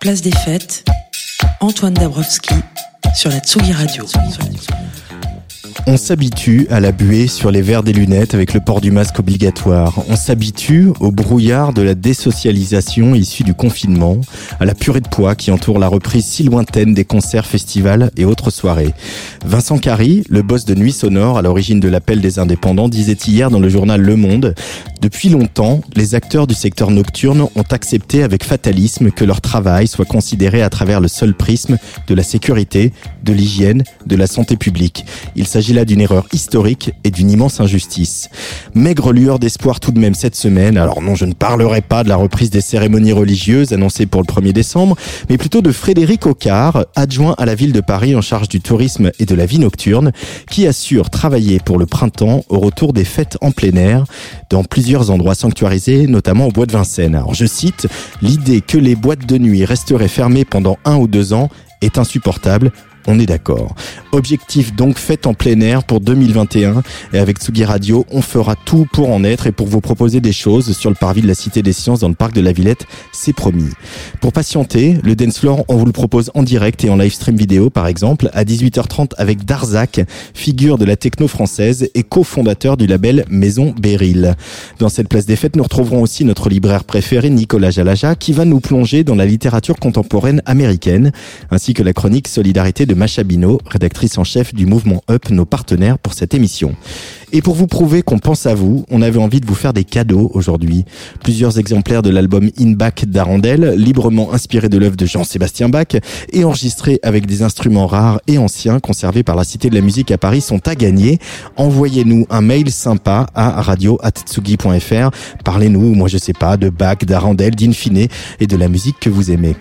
Place des Fêtes, Antoine Dabrowski sur la Tsugi Radio. On s'habitue à la buée sur les verres des lunettes avec le port du masque obligatoire. On s'habitue au brouillard de la désocialisation issue du confinement, à la purée de pois qui entoure la reprise si lointaine des concerts, festivals et autres soirées. Vincent Carry, le boss de Nuit Sonore à l'origine de l'appel des indépendants, disait hier dans le journal Le Monde: depuis longtemps, les acteurs du secteur nocturne ont accepté avec fatalisme que leur travail soit considéré à travers le seul prisme de la sécurité, de l'hygiène, de la santé publique. Il s'agit là d'une erreur historique et d'une immense injustice. Maigre lueur d'espoir tout de même cette semaine. Alors non, je ne parlerai pas de la reprise des cérémonies religieuses annoncée pour le 1er décembre, mais plutôt de Frédéric Ocard, adjoint à la ville de Paris en charge du tourisme et de la vie nocturne, qui assure travailler pour le printemps au retour des fêtes en plein air dans plusieurs endroits sanctuarisés, notamment au bois de Vincennes. Alors je cite: l'idée que les boîtes de nuit resteraient fermées pendant 1 ou 2 ans est insupportable. On est d'accord. Objectif donc fête en plein air pour 2021. Et avec Tsugi Radio, on fera tout pour en être et pour vous proposer des choses sur le parvis de la Cité des Sciences dans le parc de la Villette, c'est promis. Pour patienter, le dance floor, on vous le propose en direct et en live stream vidéo par exemple, à 18h30 avec Darzac, figure de la techno française et cofondateur du label Maison Beryl. Dans cette place des fêtes, nous retrouverons aussi notre libraire préféré, Nicolas Jalaja, qui va nous plonger dans la littérature contemporaine américaine, ainsi que la chronique Solidarité de Macha Bino, rédactrice en chef du mouvement Up, nos partenaires pour cette émission. Et pour vous prouver qu'on pense à vous, on avait envie de vous faire des cadeaux aujourd'hui. Plusieurs exemplaires de l'album In Bach d'Arandel, librement inspiré de l'œuvre de Jean-Sébastien Bach et enregistré avec des instruments rares et anciens conservés par la Cité de la Musique à Paris, sont à gagner. Envoyez-nous un mail sympa à radio@tsugi.fr. Parlez-nous, moi je sais pas, de Bach, d'Arandel, d'Infine et de la musique que vous aimez.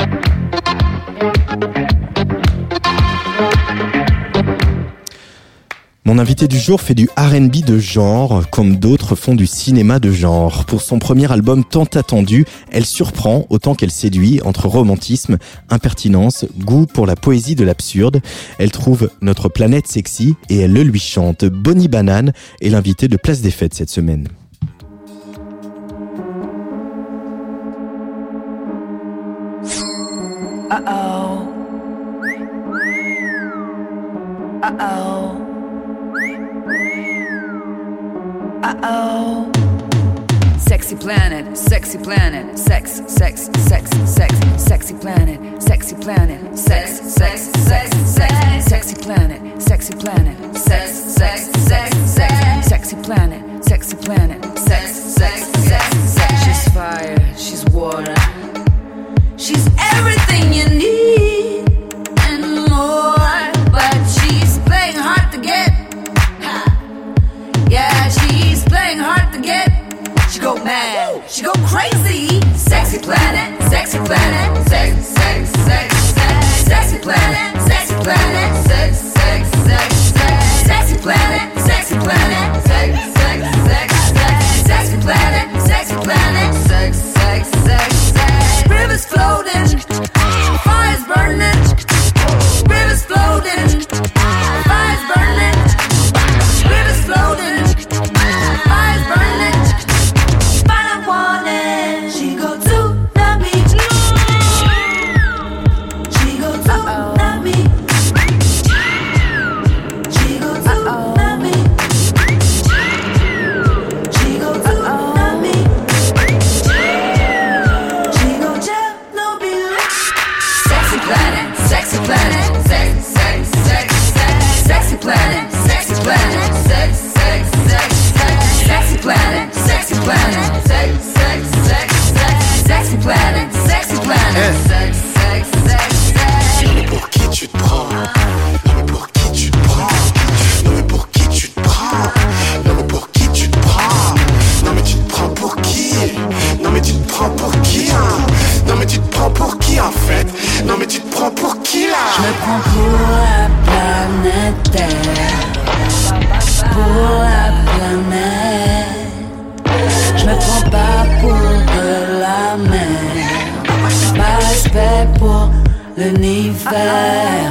Mon invité du jour fait du R&B de genre, comme d'autres font du cinéma de genre. Pour son premier album tant attendu, elle surprend autant qu'elle séduit entre romantisme, impertinence, goût pour la poésie de l'absurde. Elle trouve notre planète sexy et elle le lui chante. Bonnie Banane est l'invitée de Place des Fêtes cette semaine. Uh-oh. Uh-oh. Uh-oh. Sexy planet, sex, sex, sex, sexy planet, sex, sex, sexy planet, sex, sexy planet, sex. She's fire, she's water, she's everything you need and more, but she's playing hard to get. Yeah, she's playing hard to get. She go mad, she go crazy. Sexy planet, sexy planet, sex, sex, sex, sex. Sexy planet, sexy planet, sex, sex, sex, sex. Sexy planet, sexy planet, sex, sex, sex, sex. Sexy planet, sex, sex, sex, sex. Rivers floating, fires burning. Rivers floating, fires burning. Rivers floating, fires burning. But I want it. She go to the beach. She go to the beach. She go to the beach. She go to the beach. She go Chernobyl. Sexy planet, sexy planet, sex, sex, sex, sex. Sexy planet, sexy planet, sex, sex, sex, sex. Sexy planet, sexy planet, sex, sex, sex, sex. Sexy planet, sex, sex, sex, sex. Non mais pour qui tu te prends? Non mais pour qui tu te prends? Non mais pour qui tu te prends? Non mais pour qui tu te prends? Non mais tu te prends pour qui? Non mais tu te prends pour qui hein? Non mais tu te prends pour qui en fait? Non mais tu te prends pour qui là? Je me prends pour la planète Terre, pour la planète. Je me prends pas pour de la mer, pas respect pour l'univers.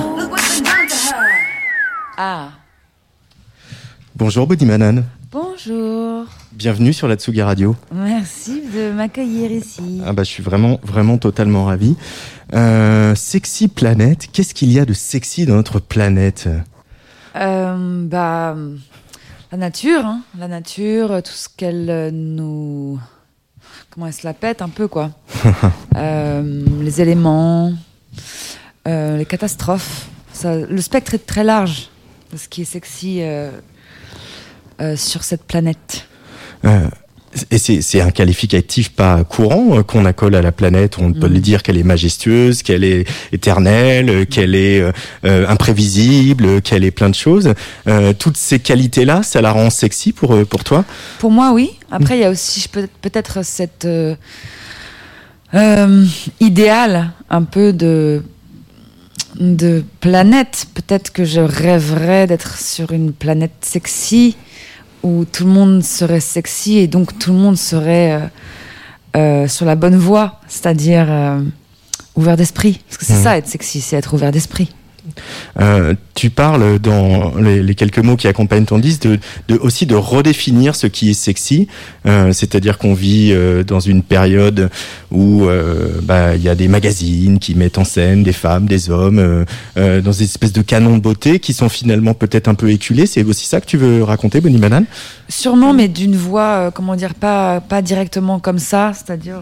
Bonjour Bonnie Banane. Bonjour. Bienvenue sur la Tsugi Radio. Merci de m'accueillir ici. Je suis vraiment, vraiment totalement ravi. Sexy planète, qu'est-ce qu'il y a de sexy dans notre planète ? La nature, la nature, tout ce qu'elle nous... Comment elle se la pète un peu, quoi. Les éléments, les catastrophes. Le spectre est très large de ce qui est sexy sur cette planète. Et c'est un qualificatif pas courant qu'on accole à la planète. On peut le dire qu'elle est majestueuse, qu'elle est éternelle, qu'elle est imprévisible, qu'elle est plein de choses. Toutes ces qualités-là, ça la rend sexy pour toi ? Pour moi, oui. Après, il y a aussi peut-être cette idéal un peu de planète. Peut-être que je rêverais d'être sur une planète sexy où tout le monde serait sexy et donc tout le monde serait sur la bonne voie, c'est-à-dire ouvert d'esprit. Parce que c'est ça, être sexy, c'est être ouvert d'esprit. Tu parles dans les quelques mots qui accompagnent ton disque aussi de redéfinir ce qui est sexy, c'est-à-dire qu'on vit dans une période où il y a des magazines qui mettent en scène des femmes, des hommes dans des espèces de canons de beauté qui sont finalement peut-être un peu éculés. C'est aussi ça que tu veux raconter, Bonnie Banane ? Sûrement, mais d'une voix, pas directement comme ça, c'est-à-dire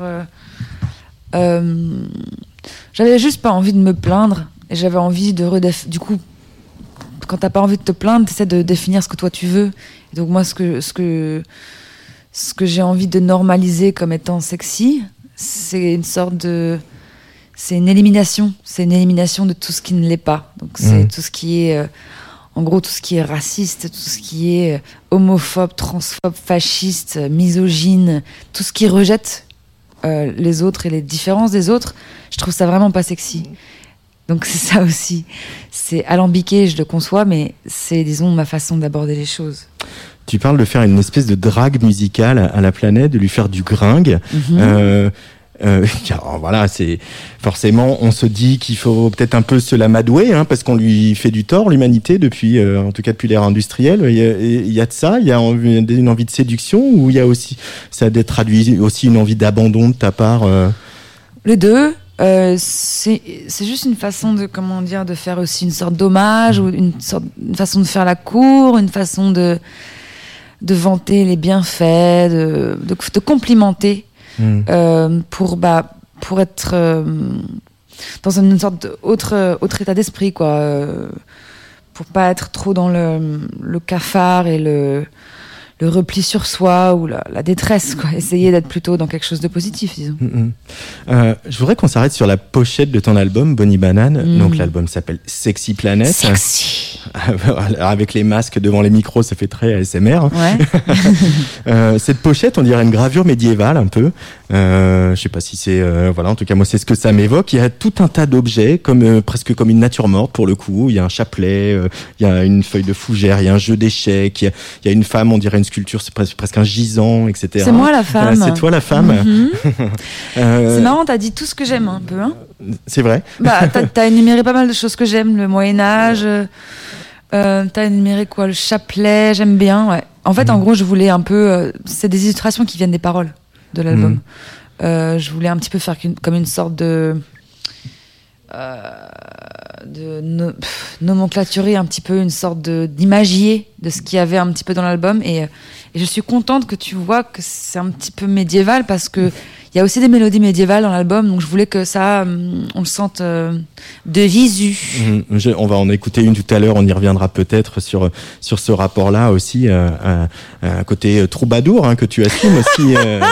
j'avais juste pas envie de me plaindre. Et j'avais envie du coup, quand t'as pas envie de te plaindre, t'essaies de définir ce que toi tu veux. Et donc moi, ce que j'ai envie de normaliser comme étant sexy, c'est une élimination. C'est une élimination de tout ce qui ne l'est pas. Donc c'est tout ce qui est, en gros, tout ce qui est raciste, tout ce qui est homophobe, transphobe, fasciste, misogyne, tout ce qui rejette les autres et les différences des autres. Je trouve ça vraiment pas sexy. Donc c'est ça aussi, c'est alambiqué, je le conçois, mais c'est, disons, ma façon d'aborder les choses. Tu parles de faire une espèce de drague musicale à la planète, de lui faire du gringue. Alors voilà, c'est forcément, on se dit qu'il faut peut-être un peu se l'amadouer, parce qu'on lui fait du tort, l'humanité, depuis, en tout cas depuis l'ère industrielle. Il y a de ça, il y a une envie de séduction, ou il y a aussi, ça traduit aussi une envie d'abandon de ta part. Les deux. C'est juste une façon de faire aussi une sorte d'hommage ou une façon de faire la cour, une façon de vanter les bienfaits, de complimenter pour être dans une sorte d'autre état d'esprit, quoi, pour pas être trop dans le cafard et le repli sur soi ou la détresse, quoi. Essayer d'être plutôt dans quelque chose de positif, disons. Je voudrais qu'on s'arrête sur la pochette de ton album, Bonnie Banane. Donc l'album s'appelle Sexy Planet. Sexy. Avec les masques devant les micros, ça fait très ASMR. Ouais. Cette pochette, on dirait une gravure médiévale un peu. Je sais pas si c'est... en tout cas, moi, c'est ce que ça m'évoque. Il y a tout un tas d'objets, presque comme une nature morte, pour le coup. Il y a un chapelet, il y a une feuille de fougère, il y a un jeu d'échecs, il y a une femme, on dirait une sculpture, c'est presque un gisant, etc. C'est moi la femme. C'est toi la femme. C'est marrant, t'as dit tout ce que j'aime un peu. C'est vrai. T'as énuméré pas mal de choses que j'aime, le Moyen-Âge, t'as énuméré quoi, le chapelet, j'aime bien. Ouais. En fait, en gros, je voulais un peu... c'est des illustrations qui viennent des paroles de l'album. Je voulais un petit peu faire comme une sorte de nomenclaturer un petit peu, une sorte d'imagier de ce qu'il y avait un petit peu dans l'album, et je suis contente que tu vois que c'est un petit peu médiéval, parce que il y a aussi des mélodies médiévales dans l'album, donc je voulais que ça, on le sente de visu. On va en écouter une tout à l'heure, on y reviendra peut-être sur ce rapport-là aussi, un côté troubadour que tu assumes aussi,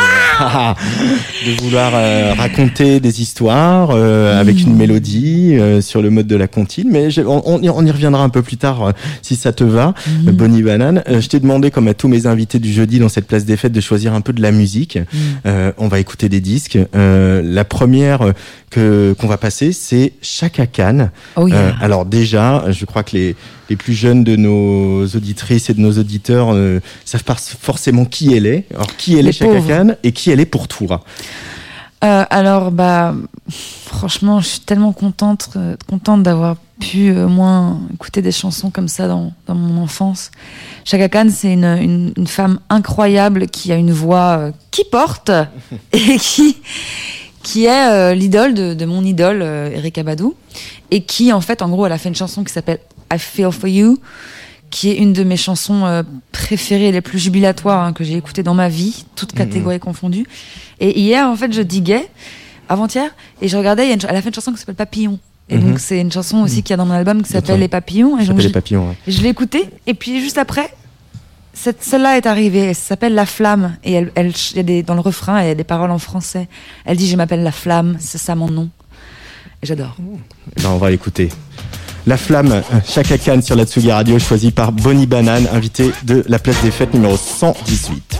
de vouloir raconter des histoires avec une mélodie sur le mode de la comptine, mais on y reviendra un peu plus tard si ça te va. Bonnie Banane, je t'ai demandé, comme à tous mes invités du jeudi dans cette place des fêtes, de choisir un peu de la musique. On va écouter des disques. La première qu'on va passer, c'est Chaka Khan. Oh yeah. Alors déjà, je crois que les plus jeunes de nos auditrices et de nos auditeurs savent pas forcément qui elle est. Alors qui elle est, Chaka Khan, et qui elle est pour toi? Alors franchement, je suis tellement contente d'avoir pu au moins écouter des chansons comme ça dans mon enfance. Chaka Khan, c'est une femme incroyable qui a une voix qui porte et qui est l'idole de mon idole, Erykah Badu, et qui, en fait, en gros, elle a fait une chanson qui s'appelle I Feel For You, qui est une de mes chansons préférées, les plus jubilatoires que j'ai écoutées dans ma vie, toutes catégories confondues. Et hier, en fait, je diguais, avant-hier, et je regardais, elle a fait une chanson qui s'appelle Papillon. Et donc, c'est une chanson aussi qu'il y a dans mon album qui s'appelle Les Papillons. Et donc, Les Papillons, ouais. je l'ai écoutée, et puis juste après, celle-là est arrivée, elle s'appelle La Flamme, et dans le refrain, il y a des paroles en français. Elle dit « Je m'appelle La Flamme, c'est ça mon nom ». Et j'adore. Ben, on va l'écouter. La Flamme, Chaka Khan sur la Tsugi Radio, choisi par Bonnie Banane, invité de la place des fêtes numéro 118.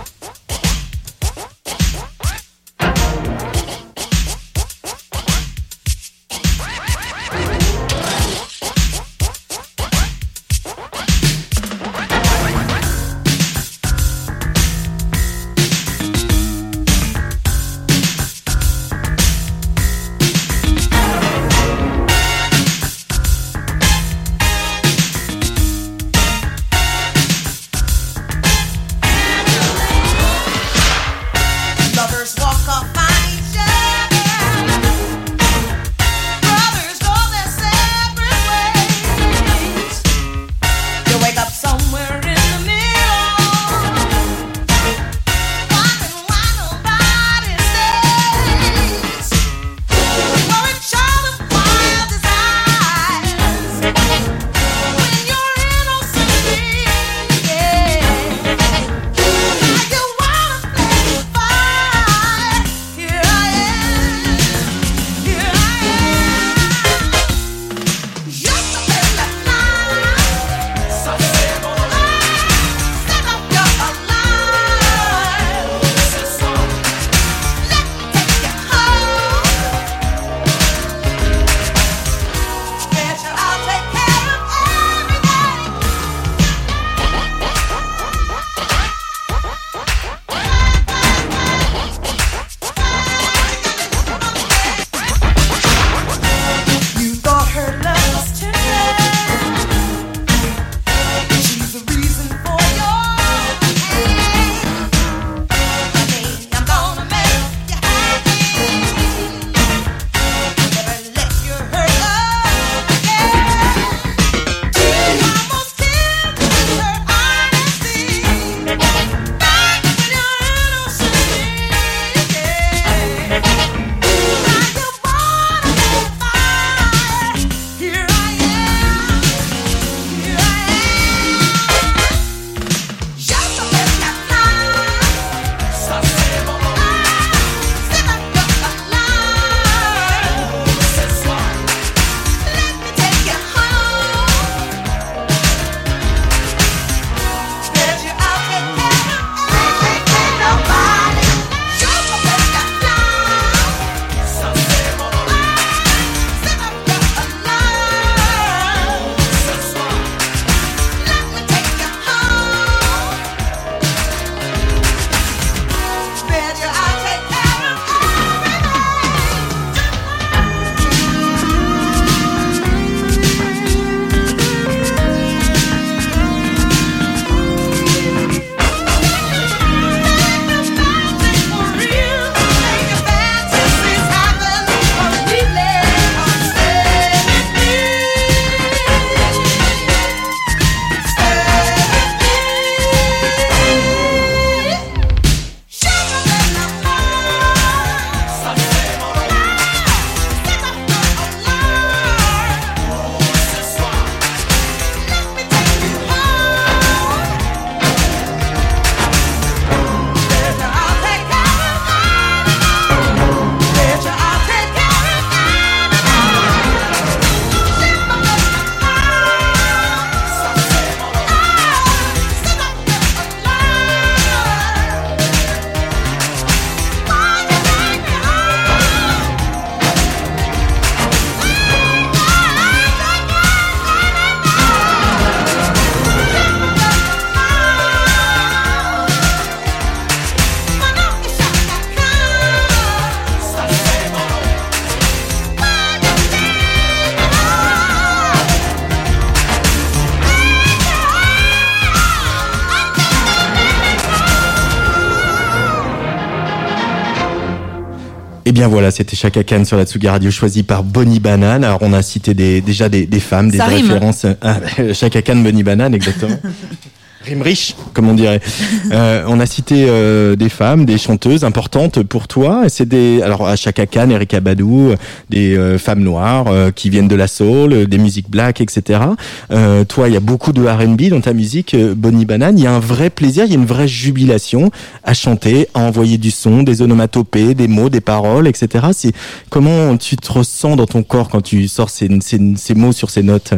Et bien voilà, c'était Chaka Khan sur la Tsugi Radio, choisi par Bonnie Banane. Alors on a cité déjà des femmes, des Ça rime. références. Ah, Chaka Khan, Bonnie Banane, exactement. Rime riche, comme on dirait. On a cité des femmes, des chanteuses importantes pour toi. Et c'est alors à Chaka Khan, Erykah Badu, des femmes noires qui viennent de la soul, des musiques black, etc. Toi, il y a beaucoup de R&B dans ta musique, Bonnie Banane. Il y a un vrai plaisir, il y a une vraie jubilation à chanter, à envoyer du son, des onomatopées, des mots, des paroles, etc. Comment tu te ressens dans ton corps quand tu sors ces mots sur ces notes?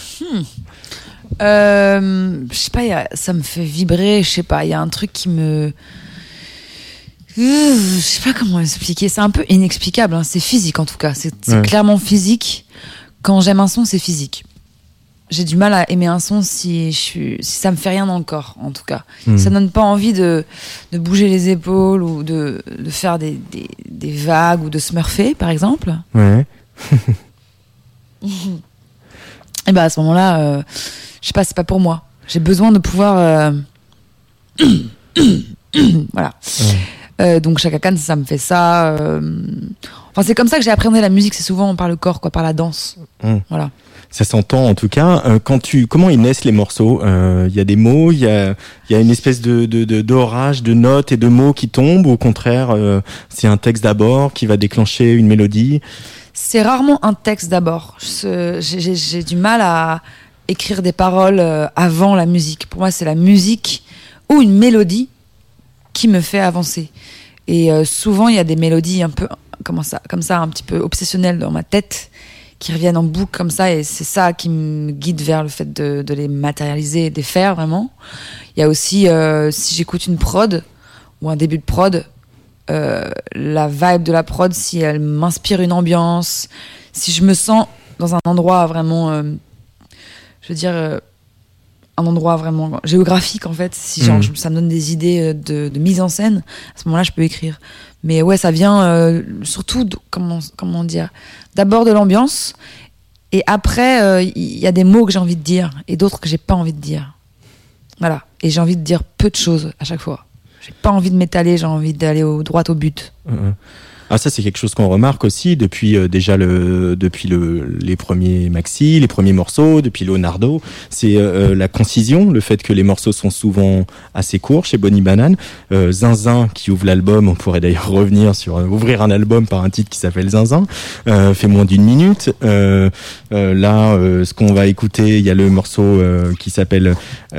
Je sais pas, ça me fait vibrer, je sais pas, il y a un truc qui me... Je sais pas comment expliquer, c'est un peu inexplicable, hein. C'est physique en tout cas, c'est clairement physique. Quand j'aime un son, c'est physique. J'ai du mal à aimer un son si ça me fait rien dans le corps, en tout cas. Ça donne pas envie de bouger les épaules ou de faire des vagues ou de smurfer, par exemple. Ouais. Et bah à ce moment-là, je sais pas, c'est pas pour moi. J'ai besoin de pouvoir... voilà. Donc Chaka Khan, ça me fait ça. Enfin, c'est comme ça que j'ai appréhendé la musique, c'est souvent par le corps, quoi, par la danse. Voilà. Ça s'entend en tout cas. Comment ils naissent les morceaux? Il y a des mots, il y a une espèce d'orage, de notes et de mots qui tombent, ou au contraire, c'est un texte d'abord qui va déclencher une mélodie? C'est rarement un texte d'abord. J'ai du mal à écrire des paroles avant la musique. Pour moi, c'est la musique ou une mélodie qui me fait avancer. Et souvent, il y a des mélodies un peu comme ça, un petit peu obsessionnelles dans ma tête, qui reviennent en boucle comme ça, et c'est ça qui me guide vers le fait de les matérialiser et de les faire vraiment. Il y a aussi, si j'écoute une prod ou un début de prod, la vibe de la prod, si elle m'inspire une ambiance, si je me sens dans un endroit vraiment, je veux dire, un endroit vraiment géographique en fait, si genre ça me donne des idées de mise en scène, à ce moment-là je peux écrire. Mais ouais, ça vient surtout comment dire, d'abord de l'ambiance, et après il y a des mots que j'ai envie de dire et d'autres que j'ai pas envie de dire. Voilà, et j'ai envie de dire peu de choses à chaque fois. J'ai pas envie de m'étaler, j'ai envie d'aller droit au but. Ah, ça, c'est quelque chose qu'on remarque aussi depuis déjà les premiers maxi, les premiers morceaux, depuis Leonardo. C'est la concision, le fait que les morceaux sont souvent assez courts chez Bonnie Banane. Zinzin, qui ouvre l'album, on pourrait d'ailleurs revenir sur ouvrir un album par un titre qui s'appelle Zinzin, fait moins d'1 minute. Ce qu'on va écouter, il y a le morceau qui s'appelle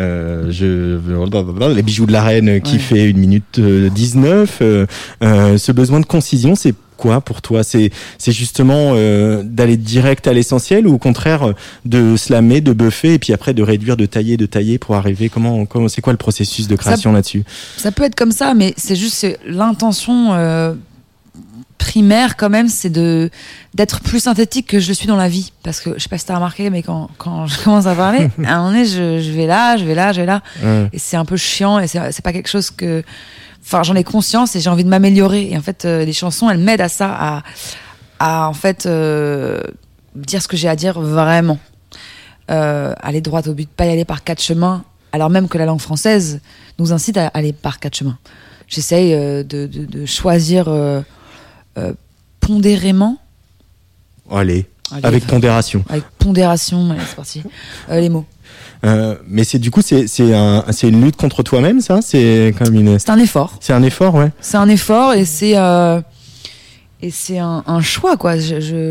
Les bijoux de la reine, qui fait 1 minute 19. Ce besoin de concision, c'est quoi pour toi? C'est justement d'aller direct à l'essentiel, ou au contraire de slammer, de buffer et puis après de réduire, de tailler pour arriver? Comment c'est quoi le processus de création là-dessus? Ça peut être comme ça, mais c'est juste l'intention primaire quand même, c'est d'être plus synthétique que je suis dans la vie. Parce que je sais pas si t'as remarqué, mais quand je commence à parler, à un moment donné, je vais là, et c'est un peu chiant, et c'est pas quelque chose que... Enfin, j'en ai conscience et j'ai envie de m'améliorer. Et en fait, les chansons, elles m'aident à ça, à en fait dire ce que j'ai à dire vraiment. Aller droit au but, pas y aller par 4 chemins, alors même que la langue française nous incite à aller par 4 chemins. J'essaye de choisir pondérément. Allez, avec pondération. Avec pondération, allez, c'est parti. Les mots. Mais c'est une lutte contre toi-même, ça? C'est comme c'est un effort. C'est un effort, ouais. C'est un effort, et c'est un choix, quoi.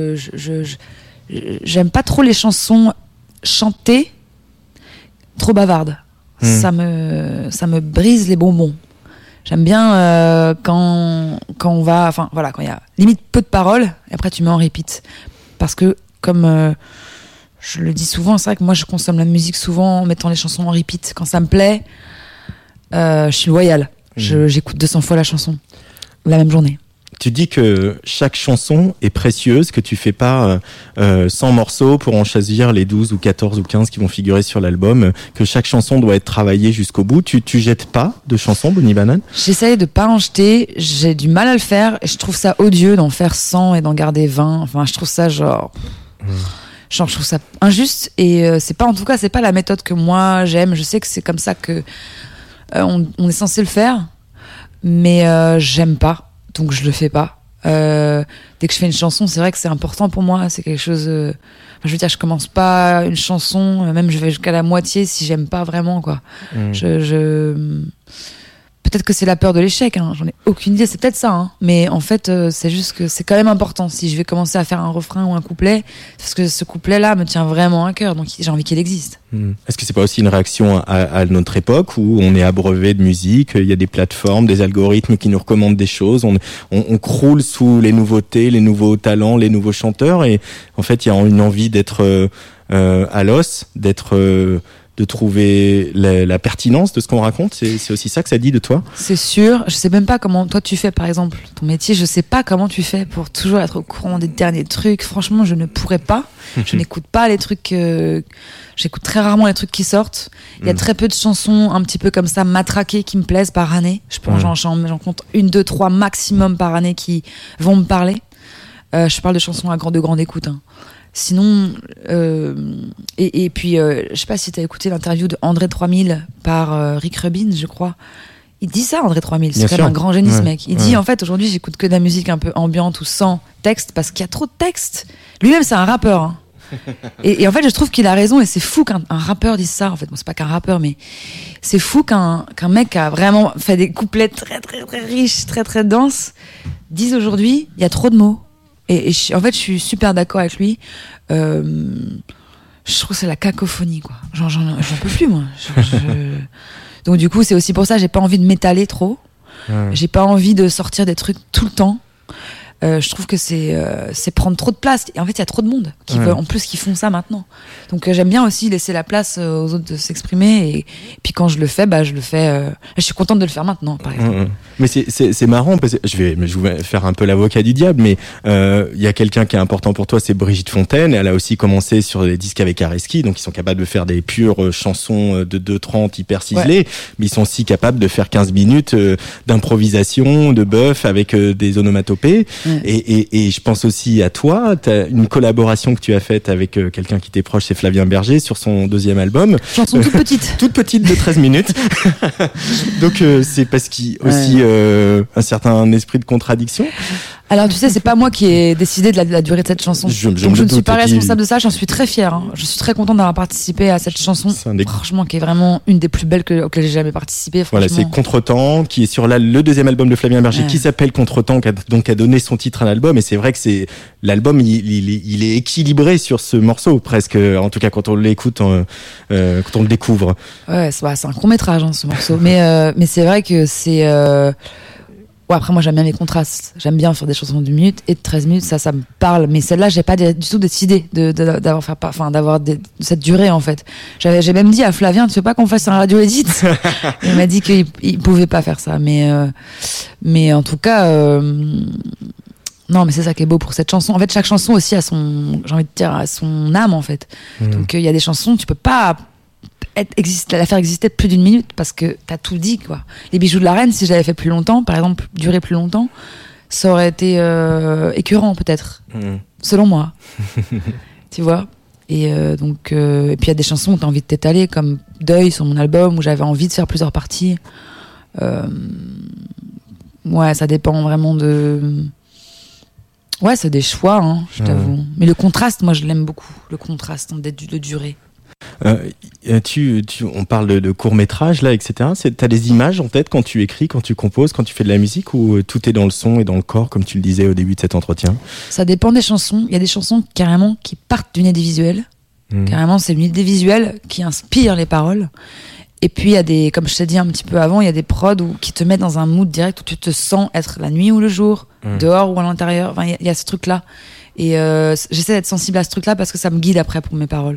J'aime pas trop les chansons chantées trop bavardes. Ça me brise les bonbons. J'aime bien quand on va, enfin voilà, quand il y a limite peu de paroles, et après tu mets en repeat, parce que comme je le dis souvent, c'est vrai que moi je consomme la musique souvent en mettant les chansons en repeat. Quand ça me plaît, je suis loyale. J'écoute 200 fois la chanson la même journée. Tu dis que chaque chanson est précieuse, que tu fais pas 100 morceaux pour en choisir les 12 ou 14 ou 15 qui vont figurer sur l'album, que chaque chanson doit être travaillée jusqu'au bout. Tu jettes pas de chansons, Bonnie Banane? J'essaye de pas en jeter, j'ai du mal à le faire, et je trouve ça odieux d'en faire 100 et d'en garder 20. Enfin, je trouve ça genre, je trouve ça injuste, et c'est pas la méthode que moi j'aime. Je sais que c'est comme ça que on est censé le faire, mais j'aime pas. Donc je le fais pas. Dès que je fais une chanson, c'est vrai que c'est important pour moi. C'est quelque chose. Je veux dire, je commence pas une chanson, même je vais jusqu'à la moitié si j'aime pas vraiment, quoi. Peut-être que c'est la peur de l'échec, hein. J'en ai aucune idée, c'est peut-être ça, hein. Mais en fait, c'est juste que c'est quand même important. Si je vais commencer à faire un refrain ou un couplet, parce que ce couplet-là me tient vraiment à cœur, donc j'ai envie qu'il existe. Est-ce que c'est pas aussi une réaction à notre époque où on est abreuvé de musique, il y a des plateformes, des algorithmes qui nous recommandent des choses, on croule sous les nouveautés, les nouveaux talents, les nouveaux chanteurs, et en fait il y a une envie d'être à l'os, de trouver la pertinence de ce qu'on raconte. C'est aussi ça que ça dit de toi? C'est sûr. Je sais même pas comment toi tu fais, par exemple, ton métier. Je sais pas comment tu fais pour toujours être au courant des derniers trucs. Franchement, je ne pourrais pas. Je n'écoute pas les trucs. J'écoute très rarement les trucs qui sortent. Il y a très peu de chansons un petit peu comme ça matraquées qui me plaisent par année. Je pense j'en compte 1, 2, 3 maximum par année qui vont me parler. Je parle de chansons de grande écoute, hein. Sinon, et puis, je sais pas si t'as écouté l'interview de André 3000 par Rick Rubin, je crois. Il dit ça, André 3000, c'est quand même un grand génie, ce mec. Il dit, en fait, aujourd'hui, j'écoute que de la musique un peu ambiante ou sans texte, parce qu'il y a trop de texte. Lui-même, c'est un rappeur, hein. Et en fait, je trouve qu'il a raison, et c'est fou qu'un rappeur dise ça, en fait. Bon, c'est pas qu'un rappeur, mais c'est fou qu'un mec qui a vraiment fait des couplets très, très, très riches, très, très denses, dise aujourd'hui, il y a trop de mots. Et en fait, je suis super d'accord avec lui. Je trouve que c'est la cacophonie, quoi. J'en peux plus, moi. Donc, du coup, c'est aussi pour ça, j'ai pas envie de m'étaler trop. J'ai pas envie de sortir des trucs tout le temps. Je trouve que c'est prendre trop de place. Et en fait, il y a trop de monde qui veut, en plus, qui font ça maintenant. Donc, j'aime bien aussi laisser la place aux autres de s'exprimer. Et puis, quand je le fais, je le fais. Je suis contente de le faire maintenant, par exemple. Mais c'est marrant parce que je vais faire un peu l'avocat du diable, mais il y a quelqu'un qui est important pour toi, c'est Brigitte Fontaine. Elle a aussi commencé sur des disques avec Areski, donc ils sont capables de faire des pures chansons de 2:30 hyper ciselées, mais ils sont aussi capables de faire 15 minutes d'improvisation, de bœuf avec des onomatopées. Et je pense aussi à toi, t'as une collaboration que tu as faite avec quelqu'un qui t'est proche, c'est Flavien Berger, sur son 2e album. Chanson toute petite. Toute petite de 13 minutes. Donc c'est parce qu'il aussi un certain esprit de contradiction. Alors tu sais, c'est pas moi qui ai décidé de la durée de cette chanson. Donc je ne suis pas responsable de ça, j'en suis très fière, hein. Je suis très contente d'avoir participé à cette chanson. Franchement, qui est vraiment une des plus belles auxquelles j'ai jamais participé. Voilà, c'est Contretemps, qui est sur le 2e album de Flavien Berger, qui s'appelle Contretemps, qui a donné son titre à l'album. Et c'est vrai que l'album, il est équilibré sur ce morceau, presque. En tout cas, quand on l'écoute, quand on le découvre. Ouais, c'est un court-métrage, hein, ce morceau. Mais c'est vrai que c'est... après, moi, j'aime bien les contrastes. J'aime bien faire des chansons de 1 minute et de 13 minutes, ça me parle. Mais celle-là, j'ai pas du tout décidé d'avoir cette durée, en fait. J'ai même dit à Flavien, tu veux pas qu'on fasse un radio edit? Il m'a dit qu'il pouvait pas faire ça. Mais en tout cas, non, mais c'est ça qui est beau pour cette chanson. En fait, chaque chanson aussi a a son âme, en fait. Donc, il y a des chansons, tu peux pas la faire exister plus d'1 minute parce que t'as tout dit, quoi. Les Bijoux de la Reine, si j'avais fait plus longtemps, par exemple, durer plus longtemps, ça aurait été écœurant, peut-être, selon moi. Tu vois. Et puis il y a des chansons où t'as envie de t'étaler, comme Deuil sur mon album, où j'avais envie de faire plusieurs parties. Ça dépend vraiment de... Ouais, c'est des choix, hein, je t'avoue. Mais le contraste, moi, je l'aime beaucoup, le contraste de durée. On parle de court-métrage là, etc. T'as des images en tête quand tu écris, quand tu composes, quand tu fais de la musique, ou tout est dans le son et dans le corps, comme tu le disais au début de cet entretien? Ça dépend des chansons. Il y a des chansons carrément qui partent d'une idée visuelle. Carrément, c'est une idée visuelle qui inspire les paroles. Et puis il y a des, comme je t'ai dit un petit peu avant, il y a des prods qui te mettent dans un mood direct où tu te sens être la nuit ou le jour, dehors ou à l'intérieur. Enfin, il y a ce truc-là. Et j'essaie d'être sensible à ce truc-là parce que ça me guide après pour mes paroles.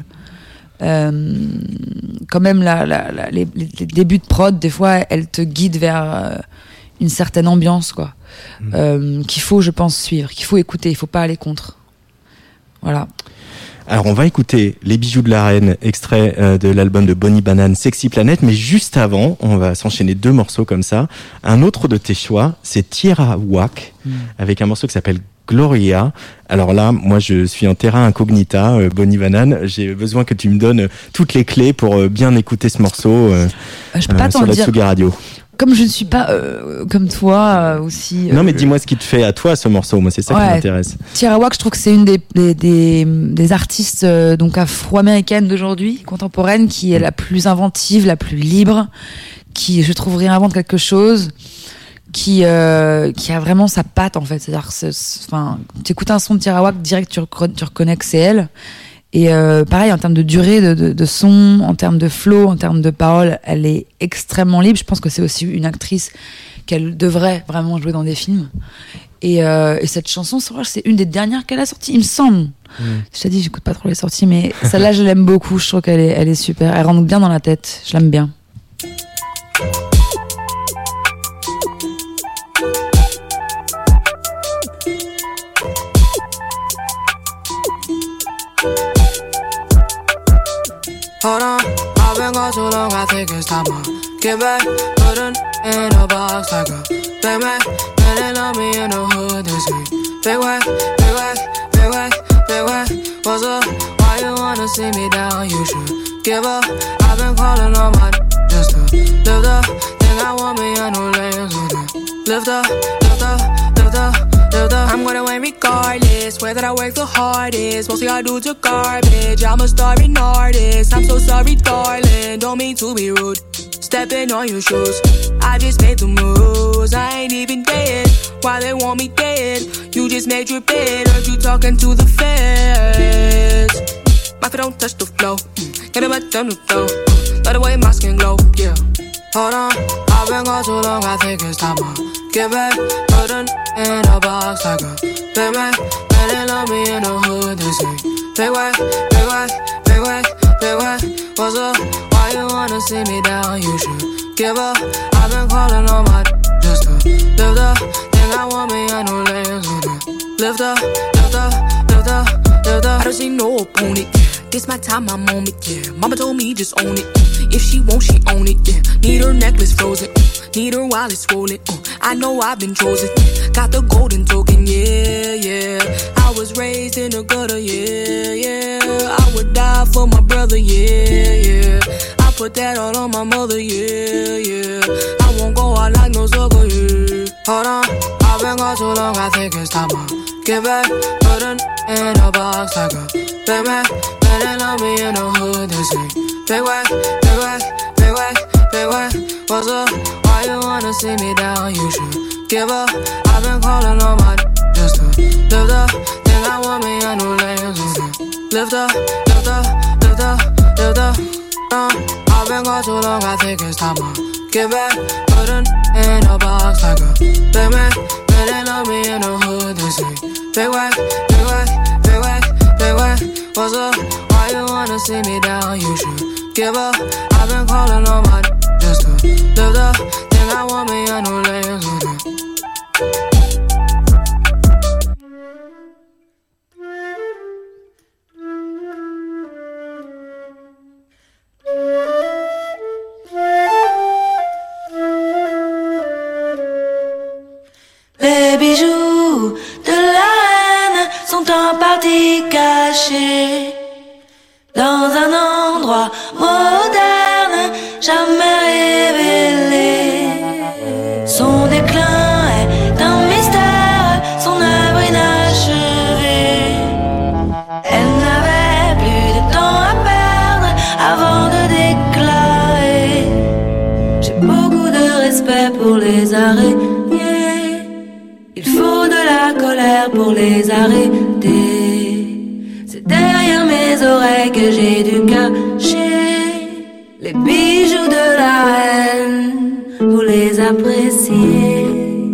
Quand même les débuts de prod, des fois elles te guident vers une certaine ambiance, quoi, qu'il faut, je pense, suivre, qu'il faut écouter, il faut pas aller contre. Voilà. Alors on va écouter Les Bijoux de la Reine, extrait de l'album de Bonnie Banane, Sexy Planet, mais juste avant, on va s'enchaîner 2 morceaux comme ça. Un autre de tes choix, c'est Tierra Whack, avec un morceau qui s'appelle Gloria. Alors là, moi je suis en terrain incognita, Bonnie Banane. J'ai besoin que tu me donnes toutes les clés pour bien écouter ce morceau je peux pas sur la Tsugi Radio. comme je ne suis pas comme toi aussi. Non, mais dis-moi ce qui te fait à toi ce morceau. Moi, c'est ça qui m'intéresse. Tierra Whack, je trouve que c'est une des artistes donc afro-américaines d'aujourd'hui, contemporaine, qui est la plus inventive, la plus libre, qui, je trouve, réinvente quelque chose, qui a vraiment sa patte, en fait. C'est-à-dire, tu écoutes un son de Tierra Whack, direct, tu reconnais que c'est elle. Et pareil, en termes de durée de son, en termes de flow, en termes de paroles, elle est extrêmement libre. Je pense que c'est aussi une actrice qu'elle devrait vraiment jouer dans des films. Et cette chanson, c'est une des dernières qu'elle a sorties, il me semble. Je t'ai dit, j'écoute pas trop les sorties, mais celle-là, je l'aime beaucoup. Je trouve qu'elle est super. Elle rentre bien dans la tête. Je l'aime bien. Hold on, I've been gone too long, I think it's time to get back. Put in a box like a big Mac. Man, they love me in the hood, they say big whack, big whack, big whack, big whack. What's up? Why you wanna see me down? You should give up. I've been calling on my just to lift up. Think I want me a new lane, so then lift up, lift up, lift up. I'm gonna win regardless. Swear that I work the hardest. Mostly I do to garbage. I'm a starving artist. I'm so sorry, darling. Don't mean to be rude. Stepping on your shoes. I just made the moves. I ain't even dead. Why they want me dead? You just made your bed. Heard you talking to the feds. My feet don't touch the floor. Get a button to flow. Let the way my skin glow. Yeah. Hold on, I've been gone too long, I think it's time to get back. Put in a box like a big Mac. Man, they love me in the hood, they say big whack, big whack, big whack, big whack. What's up? Why you wanna see me down? You should give up. I've been calling on my just to lift up. Think I want me a new lane, so then lift up, lift up, lift up, lift up. I don't see no opponent. This my time, I'm on it, yeah. Mama told me just own it. If she won't, she own it, yeah. Need her necklace frozen, need her wallet swollen. I know I've been chosen, got the golden token, yeah, yeah. I was raised in the gutter, yeah, yeah. I would die for my brother, yeah, yeah. I put that all on my mother, yeah, yeah. I won't go out like no sucker, yeah. Hold on, I've been gone too long, I think it's time to get back. Put in a box like a big Mac. Man, they love me in the hood, they say big whack, big whack, big whack, big whack. What's up? Why you wanna see me down? You should give up. I've been calling on my just to lift up. Think I want me a new lane, so then lift up, lift up, lift up, lift up. I've been gone too long, I think it's time to get back. Put in a box like a big Mac. Man, they love me in the hood, they say big whack, big whack, big whack, big whack. What's up? Why you wanna see me down? You should give up. I've been calling on my just to lift up. Think I want me a new lane, so then les bijoux de la reine sont en partie cachés dans un endroit moderne, jamais révélé. Son déclin est un mystère, son œuvre inachevée. Elle n'avait plus de temps à perdre avant de déclarer: j'ai beaucoup de respect pour les araignées. Il faut de la colère pour les arrêter. C'est derrière mes oreilles que j'ai dû cacher les bijoux de la reine. Vous les appréciez.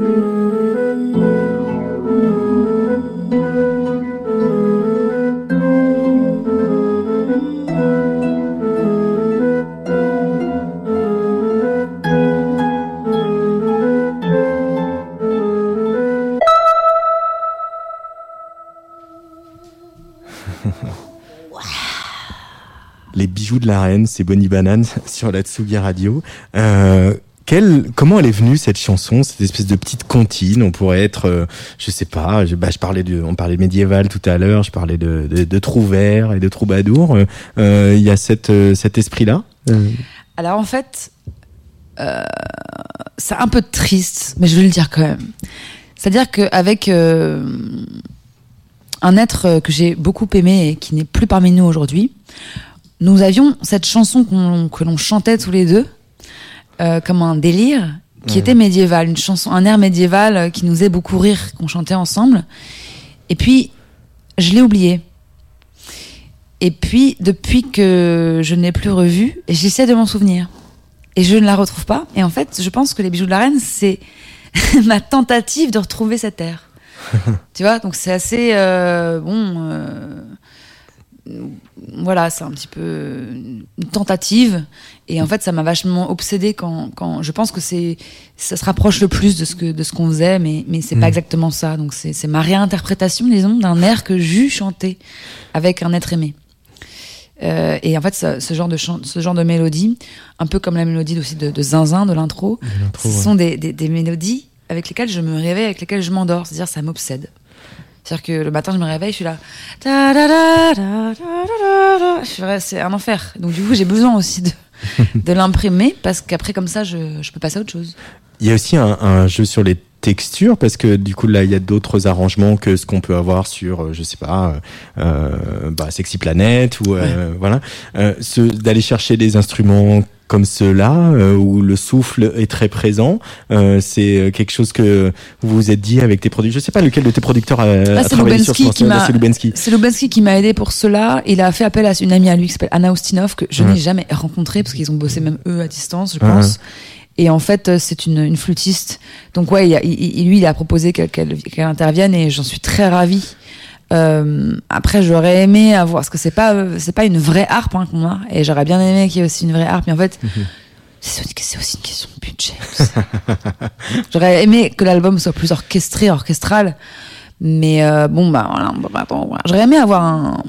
Les bijoux de la reine, c'est Bonnie Banane sur la Tsugi Radio. Comment elle est venue cette chanson, cette espèce de petite comptine? On pourrait être, je sais pas, on parlait médiéval tout à l'heure, je parlais de trouvère et de troubadour. Il y a cet esprit-là. Alors en fait, c'est un peu triste, mais je vais le dire quand même. C'est-à-dire qu'avec un être que j'ai beaucoup aimé et qui n'est plus parmi nous aujourd'hui, nous avions cette chanson que l'on chantait tous les deux, comme un délire, qui était médiévale, une chanson, un air médiéval qui nous faisait beaucoup rire, qu'on chantait ensemble. Et puis, je l'ai oublié. Et puis, depuis que je ne l'ai plus revue, j'essaie de m'en souvenir. Et je ne la retrouve pas. Et en fait, je pense que Les Bijoux de la Reine, c'est ma tentative de retrouver cet air. Tu vois, donc c'est assez voilà, c'est un petit peu une tentative. Et en fait, ça m'a vachement obsédée quand je pense que ça se rapproche le plus de ce qu'on faisait, mais c'est pas exactement ça. Donc c'est ma réinterprétation, disons, d'un air que j'eus chanté avec un être aimé. Et en fait, ce genre de mélodie, un peu comme la mélodie aussi de Zinzin, de l'intro, ce sont des mélodies avec lesquelles je me réveille, avec lesquelles je m'endors. C'est-à-dire, ça m'obsède. C'est-à-dire que le matin, je me réveille, je suis là. C'est un enfer. Donc, du coup, j'ai besoin aussi de l'imprimer parce qu'après, comme ça, je peux passer à autre chose. Il y a aussi un jeu sur les textures parce que du coup là il y a d'autres arrangements que ce qu'on peut avoir sur je sais pas Sexy Planet ou voilà, d'aller chercher des instruments comme ceux-là où le souffle est très présent, c'est quelque chose que vous vous êtes dit avec tes producteurs. Je sais pas lequel de tes producteurs a travaillé sur ce morceau. C'est Lubensky qui m'a aidé pour cela. Il a fait appel à une amie à lui qui s'appelle Anna Ustinov que je n'ai jamais rencontrée parce qu'ils ont bossé même eux à distance, je pense. Et en fait, c'est une flûtiste. Donc ouais, il a proposé qu'elle intervienne et j'en suis très ravie. Après, j'aurais aimé avoir, parce que c'est pas une vraie harpe qu'on a, et j'aurais bien aimé qu'il y ait aussi une vraie harpe. Mais en fait, c'est aussi une question de budget. J'aurais aimé que l'album soit plus orchestral. Mais voilà. J'aurais aimé avoir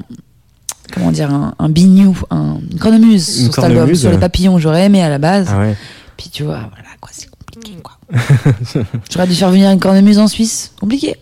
un biniou, une cornemuse sur cet album, sur les papillons. J'aurais aimé à la base. Ah ouais. Puis tu vois, voilà quoi, c'est compliqué quoi. J'aurais dû faire venir une cornemuse en Suisse, compliqué.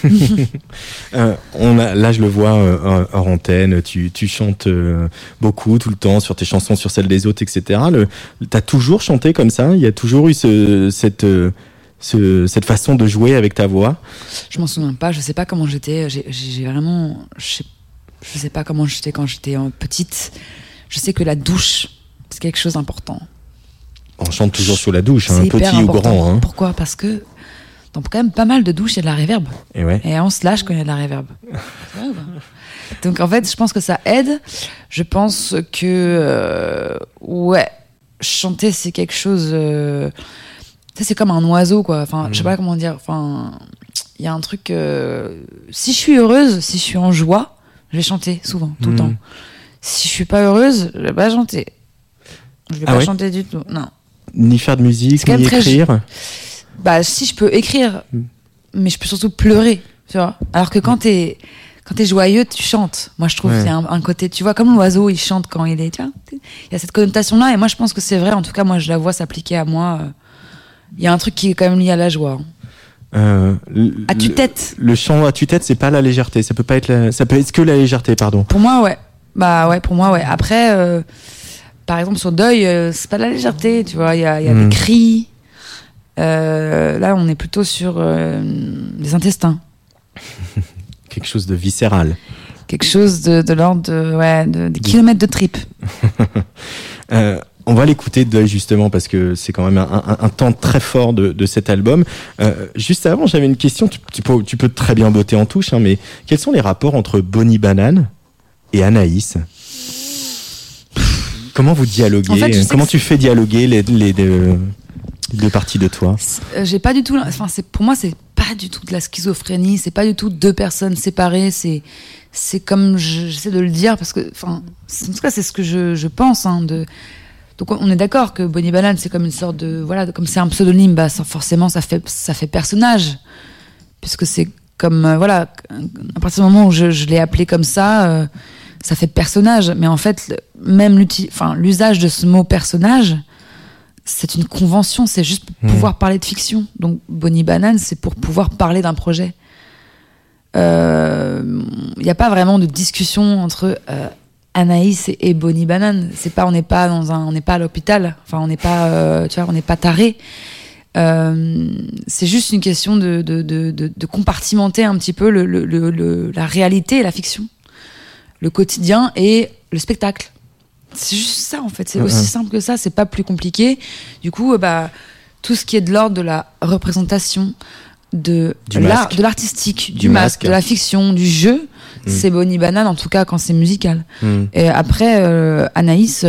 Là je le vois hors antenne, tu chantes beaucoup tout le temps sur tes chansons, sur celles des autres, etc. T'as toujours chanté comme ça? Il y a toujours eu cette façon de jouer avec ta voix? Je m'en souviens pas, je sais pas comment j'étais. J'ai vraiment, je sais pas comment j'étais quand j'étais petite. Je sais que la douche, c'est quelque chose d'important. On chante toujours sous la douche, petit ou grand. Pourquoi ? Parce que dans quand même pas mal de douches, il y a de la réverb. Et on se lâche quand il y a de la réverb. Donc en fait, je pense que ça aide. Je pense que chanter c'est quelque chose. C'est comme un oiseau quoi. Enfin, je sais pas comment dire. Enfin, il y a un truc. Si je suis heureuse, si je suis en joie, je vais chanter souvent, tout le temps. Si je suis pas heureuse, je vais pas chanter. Je vais pas chanter du tout. Non. Ni faire de musique, ni écrire. Si je peux écrire, mais je peux surtout pleurer, tu vois. Alors que quand t'es joyeux, tu chantes. Moi, je trouve qu'il y a un côté, tu vois, comme l'oiseau, il chante quand il est, tu vois. Il y a cette connotation-là, et moi, je pense que c'est vrai. En tout cas, moi, je la vois s'appliquer à moi. Il y a un truc qui est quand même lié à la joie. À tue-tête. Le chant à tue-tête, c'est pas la légèreté. Ça peut être que la légèreté, pardon. Pour moi, ouais. Pour moi, ouais. Après. Par exemple, sur Deuil, c'est pas de la légèreté, tu vois, il y a des cris. Là, on est plutôt sur les intestins. Quelque chose de viscéral. Quelque chose de l'ordre des kilomètres de tripes. On va l'écouter Deuil justement parce que c'est quand même un temps très fort de cet album. Juste avant, j'avais une question. Tu peux très bien botter en touche, mais quels sont les rapports entre Bonnie Banane et Anaïs ? Comment vous dialoguez ? En fait, comment tu fais dialoguer les deux parties de toi ? J'ai pas du tout. Enfin, pour moi, c'est pas du tout de la schizophrénie. C'est pas du tout deux personnes séparées. C'est comme j'essaie de le dire parce que, enfin, en tout cas, c'est ce que je pense. Donc, on est d'accord que Bonnie Banane, c'est comme une sorte de comme c'est un pseudonyme, forcément, ça fait personnage, puisque c'est comme à partir du moment où je l'ai appelé comme ça. Ça fait personnage, mais en fait, même l'usage de ce mot personnage, c'est une convention, c'est juste pour pouvoir parler de fiction. Donc, Bonnie Banane, c'est pour pouvoir parler d'un projet. Il n'y a pas vraiment de discussion entre Anaïs et Bonnie Banane. On n'est pas à l'hôpital. Enfin, on n'est pas, on n'est pas taré. C'est juste une question de compartimenter un petit peu la réalité et la fiction, le quotidien et le spectacle. C'est juste ça, en fait. C'est aussi simple que ça. C'est pas plus compliqué. Du coup, tout ce qui est de l'ordre de la représentation, de l'artistique, du masque, de la fiction, du jeu, c'est Bonnie Banane, en tout cas quand c'est musical. Et après, Anaïs,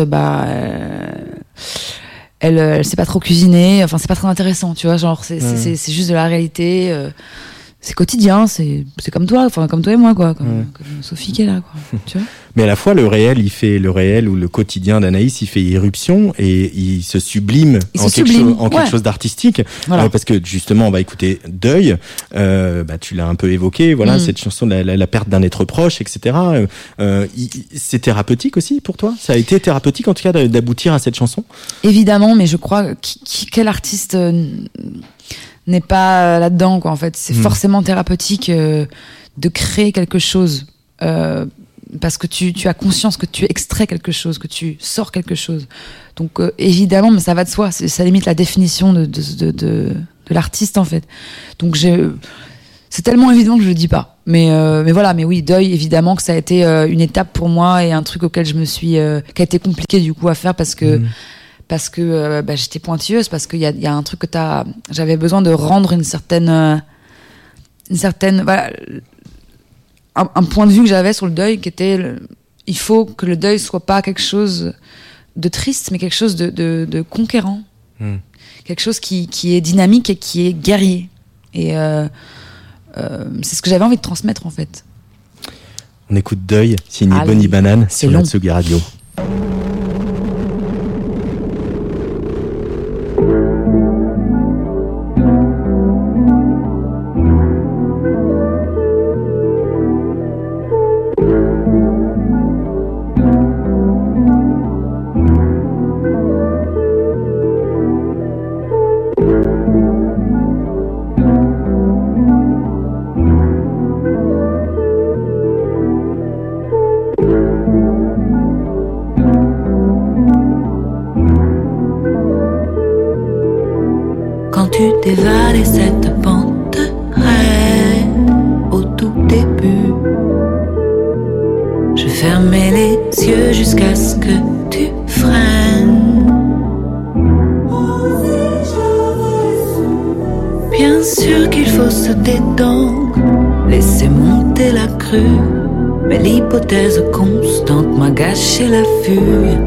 elle sait pas trop cuisiner, enfin c'est pas très intéressant, tu vois, genre c'est juste de la réalité, c'est quotidien, c'est comme toi, enfin comme toi et moi, quoi, comme Sophie qui est là, quoi, tu vois. Mais à la fois le réel ou le quotidien d'Anaïs, il fait irruption et il se sublime en quelque chose d'artistique. Voilà. Parce que justement, on va écouter Deuil. Tu l'as un peu évoqué. Voilà, cette chanson, la perte d'un être proche, etc. C'est thérapeutique aussi pour toi. Ça a été thérapeutique en tout cas d'aboutir à cette chanson. Évidemment, mais je crois quel artiste n'est pas là-dedans, quoi. En fait, c'est forcément thérapeutique de créer quelque chose. Parce que tu as conscience que tu extrais quelque chose, que tu sors quelque chose. Donc évidemment, mais ça va de soi. Ça limite la définition de l'artiste, en fait. Donc c'est tellement évident que je le dis pas. Mais voilà. Mais oui, Deuil, évidemment que ça a été une étape pour moi et un truc auquel je me suis, qui a été compliqué du coup à faire parce que j'étais pointilleuse, parce qu'il y a un truc j'avais besoin de rendre une certaine voilà. Un point de vue que j'avais sur le deuil qui était il faut que le deuil soit pas quelque chose de triste mais quelque chose de conquérant, quelque chose qui est dynamique et qui est guerrier, et c'est ce que j'avais envie de transmettre, en fait. On écoute Deuil, signé Bonnie Banane sur la Tsugi Radio. Tu dévalais cette pente au tout début. Je fermais les yeux jusqu'à ce que tu freines. Bien sûr qu'il faut se détendre, laisser monter la crue, mais l'hypothèse constante m'a gâché la vue.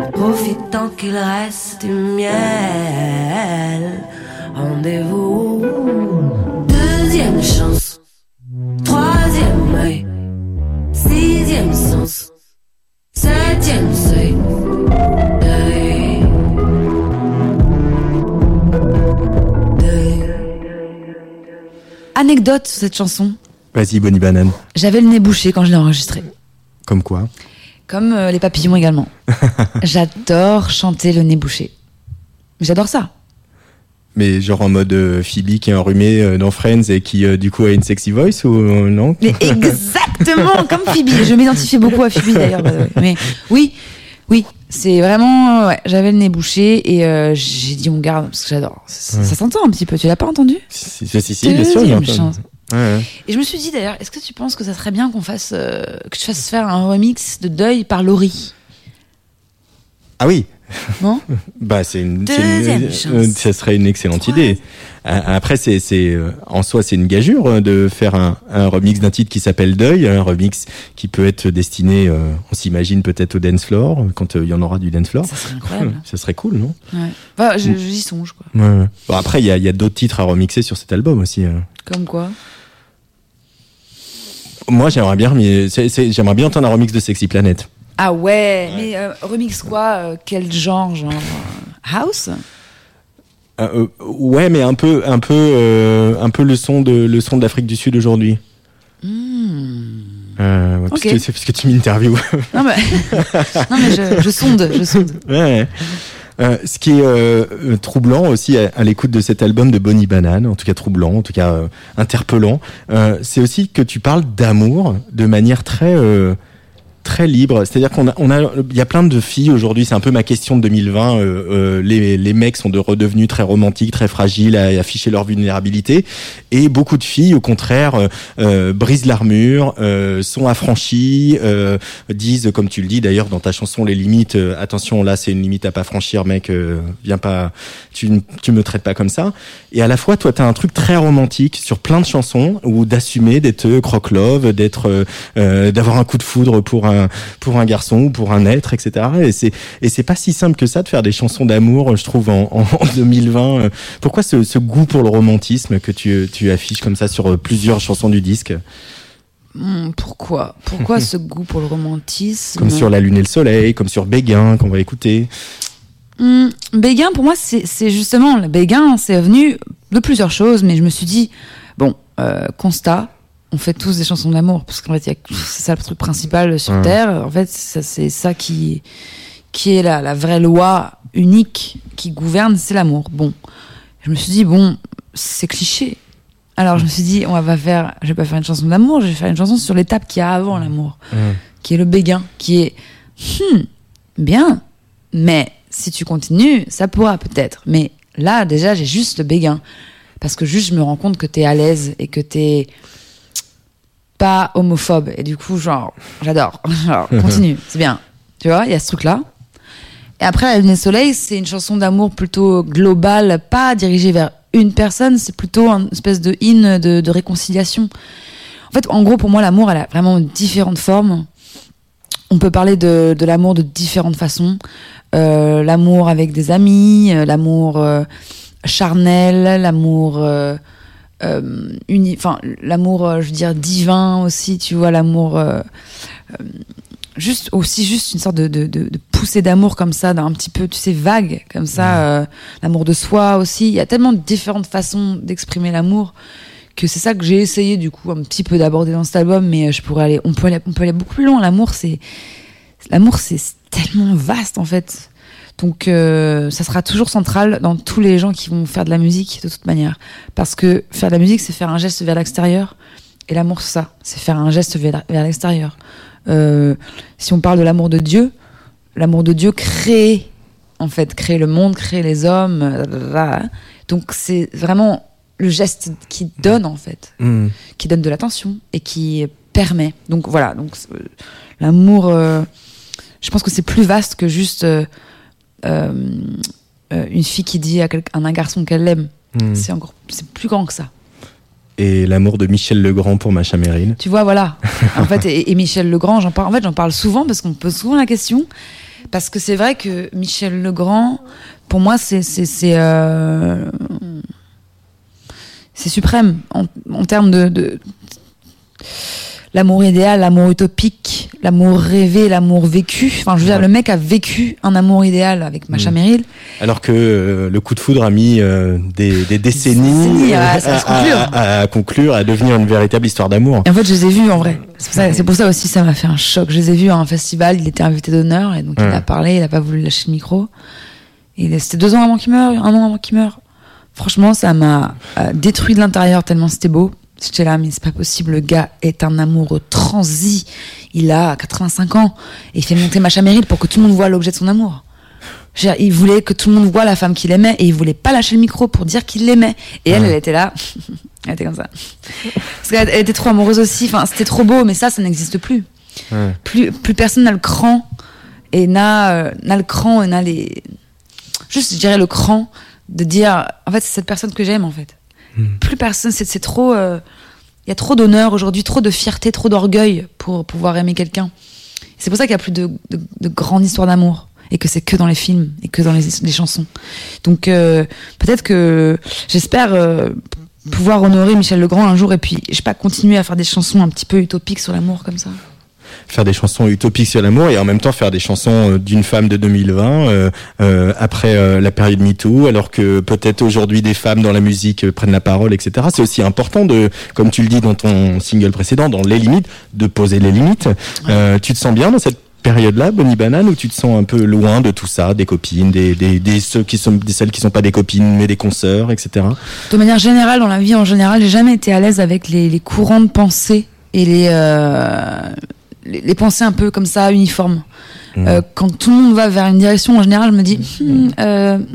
profitant qu'il reste du miel. Rendez-vous, deuxième chance, troisième œil, sixième sens, septième seuil. Deuil. Anecdote sur cette chanson. Vas-y, Bonnie Banane. J'avais le nez bouché quand je l'ai enregistrée. Comme quoi? Comme les papillons également. J'adore chanter le nez bouché. J'adore ça. Mais genre en mode Phoebe qui est enrhumée dans Friends et qui du coup a une sexy voice ou non? Mais exactement comme Phoebe. Je m'identifiais beaucoup à Phoebe d'ailleurs. Mais oui, c'est vraiment... ouais, j'avais le nez bouché et j'ai dit on garde parce que j'adore. Ça s'entend un petit peu. Tu l'as pas entendu? Si, bien sûr. Deuxième chance. Ouais. Et je me suis dit d'ailleurs, est-ce que tu penses que ça serait bien qu'on fasse que je fasse faire un remix de Deuil par Laurie? Ah oui. Bon. Bah ça serait une excellente idée. Après en soi c'est une gageure de faire un remix d'un titre qui s'appelle Deuil, un remix qui peut être destiné, on s'imagine peut-être au dance floor quand il y en aura du dance floor. Ça serait incroyable. Ça serait cool, non? Ouais. Enfin, j'y songe quoi. Ouais. Bon, après il y a d'autres titres à remixer sur cet album aussi. Comme quoi? Moi j'aimerais bien entendre un remix de Sexy Planet. Ah ouais, mais remix quoi? Quel genre house? Ouais, mais un peu le son de l'Afrique du Sud aujourd'hui. Okay. Puisque tu m'interviews. Non mais je sonde. Ouais. Ce qui est troublant aussi à l'écoute de cet album de Bonnie Banane, en tout cas troublant, en tout cas interpellant, c'est aussi que tu parles d'amour de manière très libre, c'est-à-dire il y a plein de filles aujourd'hui, c'est un peu ma question de 2020, les mecs sont redevenus très romantiques, très fragiles, à afficher leur vulnérabilité, et beaucoup de filles au contraire brisent l'armure, sont affranchies, disent, comme tu le dis d'ailleurs dans ta chanson, les limites, attention là c'est une limite à pas franchir mec, viens pas, tu me traites pas comme ça. Et à la fois toi t'as un truc très romantique sur plein de chansons, ou d'assumer d'être croque-love, d'avoir un coup de foudre pour un garçon ou pour un être, etc. Et c'est pas si simple que ça de faire des chansons d'amour, je trouve, en 2020. Pourquoi ce goût pour le romantisme que tu affiches comme ça sur plusieurs chansons du disque? Pourquoi ce goût pour le romantisme? Comme sur La Lune et le Soleil, comme sur Béguin qu'on va écouter. Béguin, pour moi, c'est justement... Béguin, c'est venu de plusieurs choses, mais je me suis dit, constat, on fait tous des chansons d'amour, parce qu'en fait, c'est ça le truc principal sur Terre. En fait, c'est ça qui est la vraie loi unique qui gouverne, c'est l'amour. Bon, je me suis dit, c'est cliché. Alors, je me suis dit, je vais pas faire une chanson d'amour, je vais faire une chanson sur l'étape qu'il y a avant l'amour, qui est le béguin, qui est, bien, mais si tu continues, ça pourra peut-être. Mais là, déjà, j'ai juste le béguin. Parce que juste, je me rends compte que t'es à l'aise et que t'es pas homophobe. Et du coup, j'adore. Continue, c'est bien. Tu vois, il y a ce truc-là. Et après, La Lune et le Soleil, c'est une chanson d'amour plutôt globale, pas dirigée vers une personne, c'est plutôt une espèce de hymne de réconciliation. En fait, en gros, pour moi, l'amour, elle a vraiment différentes formes. On peut parler de l'amour de différentes façons. L'amour avec des amis, l'amour charnel, l'amour l'amour, je veux dire, divin aussi, tu vois, l'amour juste une sorte de poussée d'amour comme ça, d'un petit peu, tu sais, vague comme ça, l'amour de soi aussi. Il y a tellement de différentes façons d'exprimer l'amour que c'est ça que j'ai essayé du coup un petit peu d'aborder dans cet album, mais on peut aller beaucoup plus loin. L'amour c'est tellement vaste en fait. Donc ça sera toujours central dans tous les gens qui vont faire de la musique de toute manière, parce que faire de la musique c'est faire un geste vers l'extérieur, et l'amour c'est ça, c'est faire un geste vers l'extérieur. Si on parle de l'amour de Dieu crée le monde, crée les hommes, donc c'est vraiment le geste qui donne en fait, qui donne de l'attention et qui permet. Donc voilà, l'amour, je pense que c'est plus vaste que juste une fille qui dit à un garçon qu'elle l'aime. C'est plus grand que ça. Et l'amour de Michel Legrand pour Macha Merrill. Tu vois, voilà. En fait, et Michel Legrand, j'en parle souvent parce qu'on me pose souvent la question. Parce que c'est vrai que Michel Legrand, pour moi, c'est suprême en termes de l'amour idéal, l'amour utopique, l'amour rêvé, l'amour vécu. Enfin, je veux dire, le mec a vécu un amour idéal avec Macha Merrill. Alors que le coup de foudre a mis des décennies à conclure, à devenir une véritable histoire d'amour. Et en fait, je les ai vus en vrai. C'est pour ça aussi, ça m'a fait un choc. Je les ai vus à un festival, il était invité d'honneur, et donc il a parlé, il a pas voulu lâcher le micro. Et c'était 2 ans avant qu'il meure, 1 an avant qu'il meure. Franchement, ça m'a détruit de l'intérieur tellement c'était beau. J'étais là, mais c'est pas possible, le gars est un amoureux transi. Il a 85 ans et il fait monter Macha Merrill pour que tout le monde voit l'objet de son amour. Il voulait que tout le monde voit la femme qu'il aimait et il voulait pas lâcher le micro pour dire qu'il l'aimait. Et elle était là, elle était comme ça. Parce qu'elle était trop amoureuse aussi, enfin, c'était trop beau, mais ça n'existe plus. Plus personne n'a le cran et n'a le cran et n'a les... Juste, je dirais le cran de dire, en fait, c'est cette personne que j'aime, en fait. Plus personne, c'est trop... Il y a trop d'honneur aujourd'hui, trop de fierté, trop d'orgueil pour pouvoir aimer quelqu'un. C'est pour ça qu'il n'y a plus de grandes histoires d'amour et que c'est que dans les films et que dans les chansons. Donc peut-être que j'espère pouvoir honorer Michel Legrand un jour et puis, je sais pas, continuer à faire des chansons un petit peu utopiques sur l'amour comme ça. Faire des chansons utopiques sur l'amour et en même temps faire des chansons d'une femme de 2020 après la période MeToo, alors que peut-être aujourd'hui des femmes dans la musique prennent la parole, etc. C'est aussi important de, comme tu le dis dans ton single précédent, dans Les Limites, de poser les limites. Tu te sens bien dans cette période-là, Bonnie Banane, où tu te sens un peu loin de tout ça, des copines, celles qui sont pas des copines mais des consoeurs, etc. De manière générale, dans la vie en général, j'ai jamais été à l'aise avec les courants de pensée et les pensées un peu comme ça, uniformes. Quand tout le monde va vers une direction, en général, je me dis pourquoi ?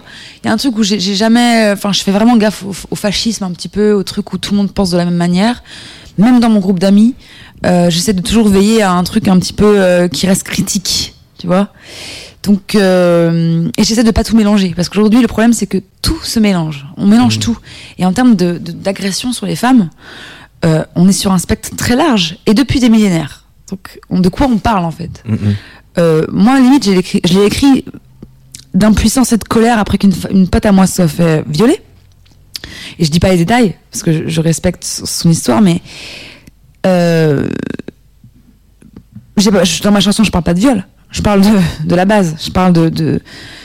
Il y a un truc où j'ai jamais... Enfin, je fais vraiment gaffe au fascisme un petit peu, au truc où tout le monde pense de la même manière. Même dans mon groupe d'amis, j'essaie de toujours veiller à un truc un petit peu qui reste critique, tu vois ? Donc, et j'essaie de pas tout mélanger, parce qu'aujourd'hui, le problème, c'est que tout se mélange. On mélange tout. Et en termes d'agression sur les femmes, on est sur un spectre très large et depuis des millénaires. Donc, de quoi on parle en fait ? Moi, à la limite, je l'ai écrit d'impuissance et de colère après qu'une pote à moi soit fait violer. Et je dis pas les détails parce que je respecte son histoire, mais dans ma chanson, je parle pas de viol. Je parle de la base. Je parle de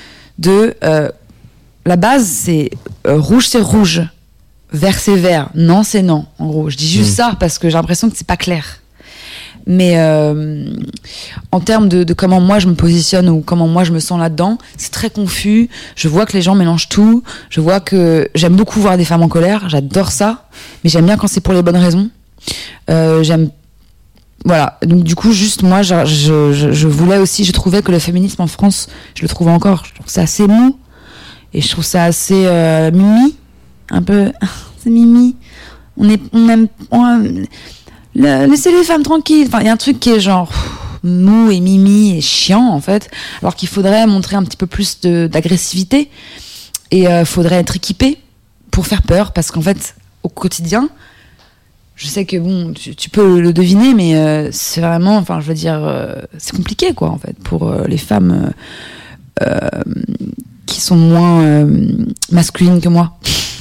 la base, c'est rouge, c'est rouge. Vert c'est vert, non c'est non, en gros. Je dis juste ça parce que j'ai l'impression que c'est pas clair. Mais en termes de comment moi je me positionne ou comment moi je me sens là-dedans, c'est très confus. Je vois que les gens mélangent tout. Je vois que j'aime beaucoup voir des femmes en colère. J'adore ça. Mais j'aime bien quand c'est pour les bonnes raisons. Voilà. Donc du coup, juste moi, je voulais aussi... Je trouvais que le féminisme en France, je le trouve encore. Je trouve ça assez mou. Et je trouve ça assez mimi. Un peu, c'est mimi. Laissez les femmes tranquilles. Enfin, il y a un truc qui est genre mou et mimi et chiant en fait. Alors qu'il faudrait montrer un petit peu plus d'agressivité et faudrait être équipé pour faire peur, parce qu'en fait, au quotidien, je sais que bon, tu peux le deviner, mais c'est vraiment, enfin, je veux dire, c'est compliqué quoi en fait pour les femmes qui sont moins masculines que moi.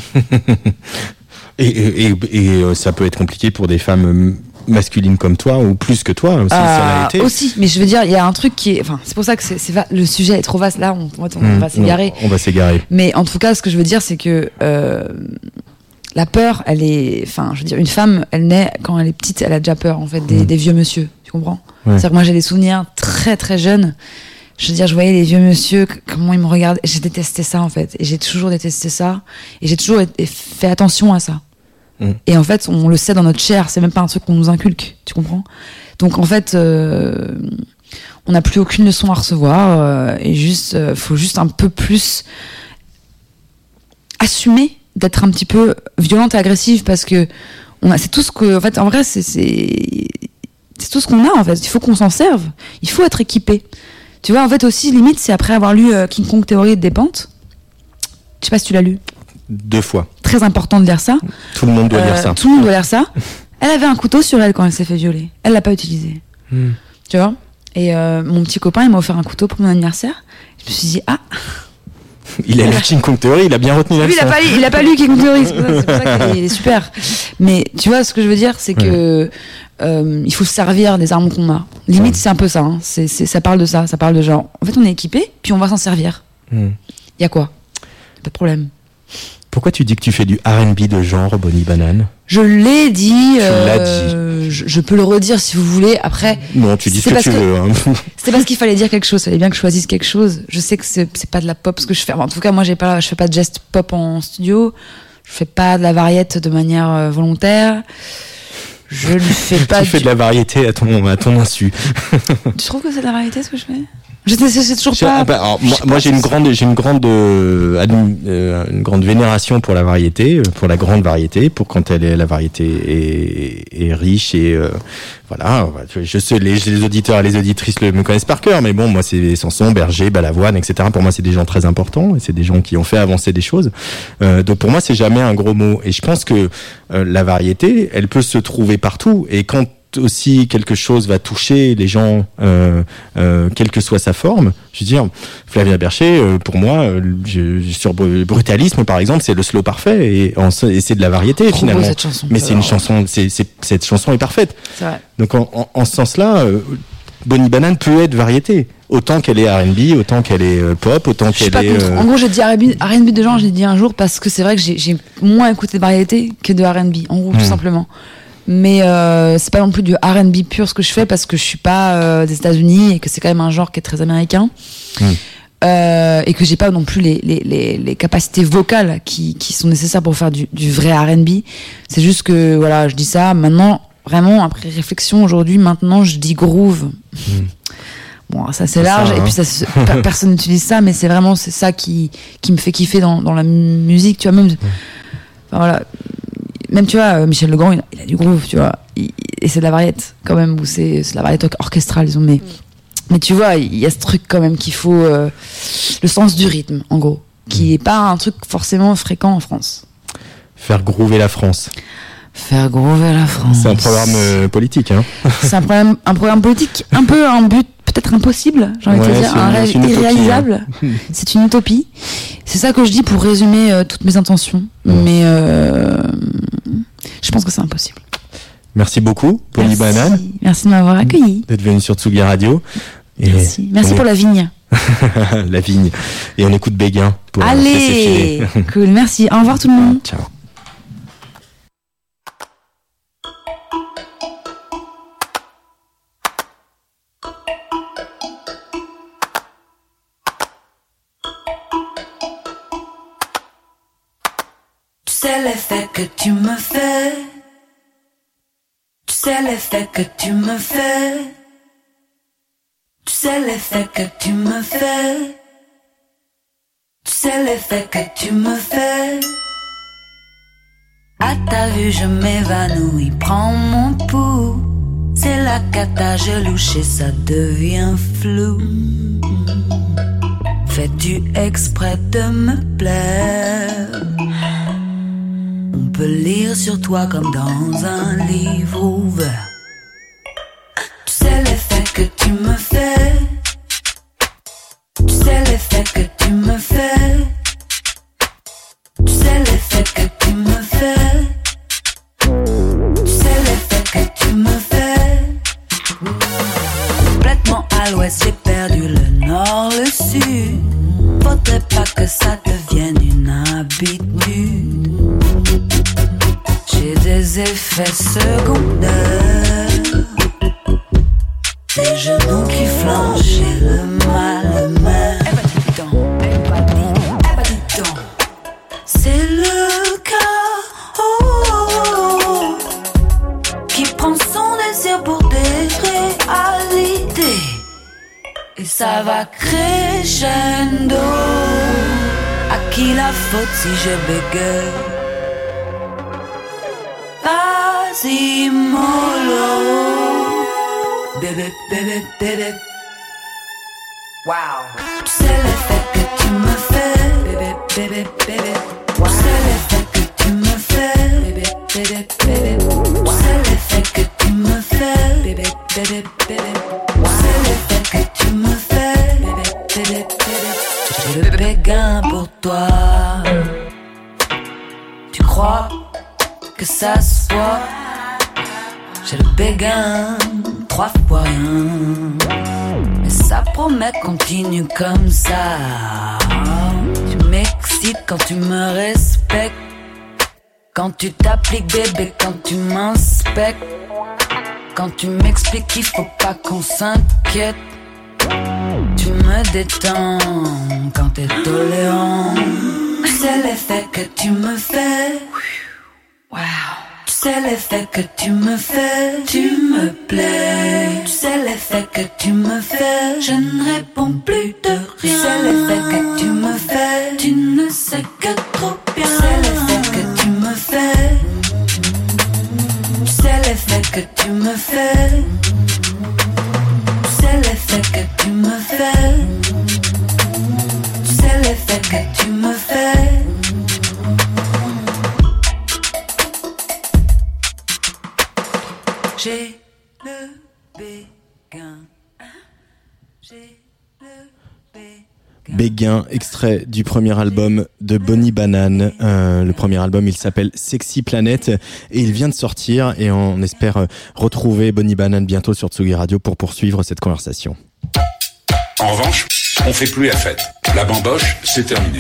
et ça peut être compliqué pour des femmes masculines comme toi ou plus que toi aussi, ça l'a été. Aussi, mais je veux dire, il y a un truc qui est, enfin, c'est pour ça que le sujet est trop vaste. Là, on va s'égarer. On va s'égarer. Mais en tout cas, ce que je veux dire, c'est que la peur, elle est, enfin, je veux dire, une femme, elle naît quand elle est petite, elle a déjà peur en fait des vieux monsieur. Tu comprends ? C'est-à-dire que moi, j'ai des souvenirs très très jeunes. Je veux dire, je voyais les vieux monsieur, comment ils me regardaient. J'ai détesté ça, en fait. Et j'ai toujours détesté ça. Et j'ai toujours fait attention à ça. Et en fait, on le sait dans notre chair. C'est même pas un truc qu'on nous inculque. Tu comprends ? Donc, en fait, on n'a plus aucune leçon à recevoir. Et juste, faut juste un peu plus assumer d'être un petit peu violente et agressive, parce que c'est tout ce que, en fait, en vrai, c'est tout ce qu'on a, en fait. Il faut qu'on s'en serve. Il faut être équipé. Tu vois, en fait, aussi, limite, c'est après avoir lu King Kong Théorie des pentes. Je sais pas si tu l'as lu. 2 fois. Très important de lire ça. Tout le monde doit lire ça. Tout le monde doit lire ça. Elle avait un couteau sur elle quand elle s'est fait violer. Elle l'a pas utilisé. Tu vois ? Et mon petit copain, il m'a offert un couteau pour mon anniversaire. Je me suis dit, ah. Il a lu King Kong Theory, il a bien retenu la Lui, il a pas lu King Kong Theory, c'est pour ça qu'il est super. Mais tu vois, ce que je veux dire, c'est que il faut se servir des armes qu'on a. Limite, c'est un peu ça. Hein. Ça parle de ça. Ça parle de genre, en fait, on est équipé, puis on va s'en servir. Il y a quoi? Pas de problème. Pourquoi tu dis que tu fais du R&B de genre, Bonnie Banane? Je l'ai dit. Tu l'as dit. Je peux le redire si vous voulez. Après. Non, tu dis ce que tu veux. Hein. C'était parce qu'il fallait dire quelque chose. Il fallait bien que je choisisse quelque chose. Je sais que c'est pas de la pop ce que je fais. En tout cas, moi, je fais pas de geste pop en studio. Je fais pas de la variété de manière volontaire. Je ne fais pas. Tu fais de la variété à ton insu. Tu trouves que c'est de la variété ce que je fais? Je sais toujours pas. Alors, moi j'ai une grande vénération pour la variété, pour la grande variété, pour quand la variété est riche et voilà. Je sais, les auditeurs et les auditrices me connaissent par cœur, mais bon, moi c'est Sanson, Berger, Balavoine, etc. Pour moi c'est des gens très importants et c'est des gens qui ont fait avancer des choses. Donc pour moi c'est jamais un gros mot. Et je pense que la variété, elle peut se trouver partout. Et quand aussi quelque chose va toucher les gens, quelle que soit sa forme. Je veux dire, Flavien Bercher, pour moi, sur Brutalisme par exemple, c'est le slow parfait et c'est de la variété finalement. Cette chanson, mais c'est une chanson, cette chanson est parfaite. C'est vrai. Donc en ce sens-là, Bonnie Banane peut être variété. Autant qu'elle est R&B, autant qu'elle est pop, autant qu'elle est... En gros, j'ai dit R&B de genre, j'ai dit un jour parce que c'est vrai que j'ai moins écouté de variété que de R&B, en gros, tout simplement. Mais c'est pas non plus du R&B pur ce que je fais parce que je suis pas des États-Unis et que c'est quand même un genre qui est très américain et que j'ai pas non plus les capacités vocales qui sont nécessaires pour faire du vrai R&B. C'est juste que voilà, je dis ça maintenant vraiment après réflexion aujourd'hui. Maintenant, je dis groove. Bon, ça c'est large et puis personne n'utilise ça, mais c'est vraiment ça qui me fait kiffer dans la musique. Tu vois même. Enfin, voilà. Même, tu vois, Michel Legrand, il a du groove, tu vois. Et c'est de la variété, quand même, ou c'est de la variété orchestrale, disons. Mais tu vois, il y a ce truc, quand même, qu'il faut... le sens du rythme, en gros. Qui est pas un truc forcément fréquent en France. Faire groover la France. Faire groover la France. C'est un programme politique, hein. C'est un programme politique, un peu un but peut-être impossible, j'ai envie de te dire, un rêve irréalisable. Hein. C'est une utopie. C'est ça que je dis pour résumer toutes mes intentions. Mais je pense que c'est impossible. Merci beaucoup, Bonnie Banane. Merci de m'avoir accueilli. D'être venu sur Tsugi Radio. Et Merci pour la vigne. La vigne. Et on écoute Béguin pour allez, cool, merci. Au revoir tout le monde. Ciao. Tu sais l'effet que tu me fais. Tu sais l'effet que tu me fais. Tu sais l'effet que tu me fais. Tu sais l'effet que tu me fais. À ta vue je m'évanouis, prends mon pouls. C'est la cata, je louche et ça devient flou. Fais-tu exprès de me plaire? On peut lire sur toi comme dans un livre ouvert. Tu sais l'effet que tu me fais. Tu sais l'effet que tu me fais. Tu sais l'effet que tu me fais. Tu sais l'effet que tu me fais. Complètement à l'ouest, j'ai perdu le nord, le sud. Faudrait pas que ça devienne une habitude. J'ai des effets secondaires. Des genoux qui flanchent et le mal même. Eh bah dis donc. C'est le cas qui prend son désir pour des réalités. Et ça va crescendo. À qui la faute si je bégaye? Vas-y mollo, bébé, bébé, bébé. Wow. Tu sais l'effet que tu me fais, bébé, bébé, bébé. Tu sais l'effet que tu me fais, bébé, bébé, bébé. Tu sais l'effet que tu me fais, bébé, bébé, bébé. Tu sais l'effet J'ai le béguin pour toi. Tu crois que ça se voit? J'ai le béguin, 3 fois rien. Mais ça promet, continue comme ça. Tu m'excites quand tu me respectes. Quand tu t'appliques bébé, quand tu m'inspectes. Quand tu m'expliques qu'il faut pas qu'on s'inquiète. Tu me détends quand t'es tolérant. C'est l'effet que tu me fais. Wow. C'est l'effet que tu me fais, tu me plais. C'est l'effet que tu me fais, je ne réponds plus de rien. C'est l'effet que tu me fais, tu ne sais que trop bien. C'est l'effet que tu me fais. C'est l'effet que tu me fais. C'est l'effet que tu me fais. C'est l'effet que tu me fais. J'ai le béguin. J'ai le béguin. Béguin, extrait du premier album de Bonnie Banane. Le premier album, il s'appelle Sexy Planet et il vient de sortir et on espère retrouver Bonnie Banane bientôt sur Tsugi Radio pour poursuivre cette conversation. En revanche, on fait plus la fête. La bamboche, c'est terminé.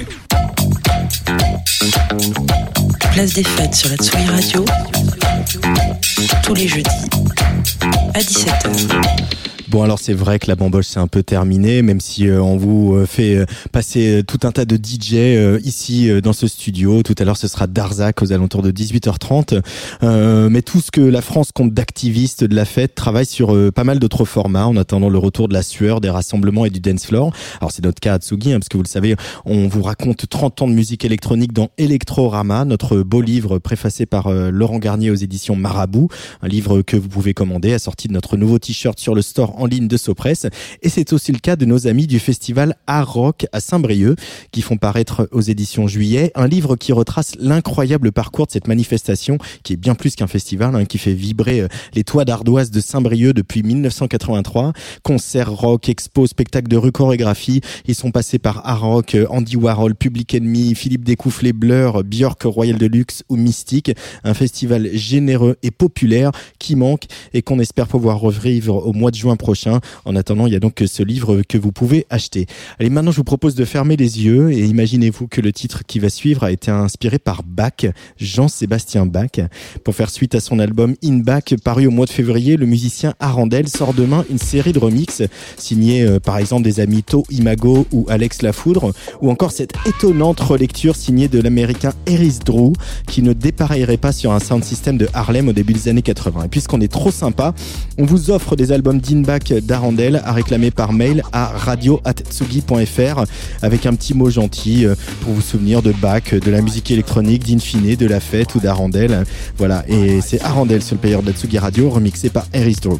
Place des fêtes sur la Tsugi Radio, tous les jeudis à 17h. Bon, alors c'est vrai que la bamboche c'est un peu terminé, même si on vous fait passer tout un tas de DJ ici dans ce studio. Tout à l'heure ce sera Darzac aux alentours de 18h30. Mais tout ce que la France compte d'activistes de la fête travaille sur pas mal d'autres formats en attendant le retour de la sueur, des rassemblements et du dance floor. Alors c'est notre cas à Tsugi, parce que vous le savez, on vous raconte 30 ans de musique électronique dans Electrorama, notre beau livre préfacé par Laurent Garnier aux éditions Marabout, un livre que vous pouvez commander, assorti de notre nouveau t-shirt sur le store en ligne de Sopress. Et c'est aussi le cas de nos amis du festival Art Rock à Saint-Brieuc qui font paraître aux éditions Juillet un livre qui retrace l'incroyable parcours de cette manifestation qui est bien plus qu'un festival, qui fait vibrer les toits d'ardoise de Saint-Brieuc depuis 1983. Concerts rock, expos, spectacles de rue, chorégraphie. Ils sont passés par Art Rock, Andy Warhol, Public Enemy, Philippe Découfflé, Blur, Björk, Royal Deluxe ou Mystique. Un festival généreux et populaire qui manque et qu'on espère pouvoir revivre au mois de juin prochain. En attendant, il y a donc ce livre que vous pouvez acheter. Allez, maintenant je vous propose de fermer les yeux et imaginez-vous que le titre qui va suivre a été inspiré par Bach, Jean-Sébastien Bach. Pour faire suite à son album In Bach, paru au mois de février, le musicien Arandel sort demain une série de remixes signés par exemple des amis To Imago ou Alex Lafoudre, ou encore cette étonnante relecture signée de l'américain Eris Drew qui ne dépareillerait pas sur un sound system de Harlem au début des années 80. Et puisqu'on est trop sympa, on vous offre des albums d'In Bach d'Arandel à réclamer par mail à radio@tsugi.fr avec un petit mot gentil pour vous souvenir de Bach, de la musique électronique, d'Infine, de la fête ou d'Arandel. Voilà, et c'est Arandel sur le player de la Tsugi Radio, remixé par Eris Drew.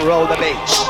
roll the bass.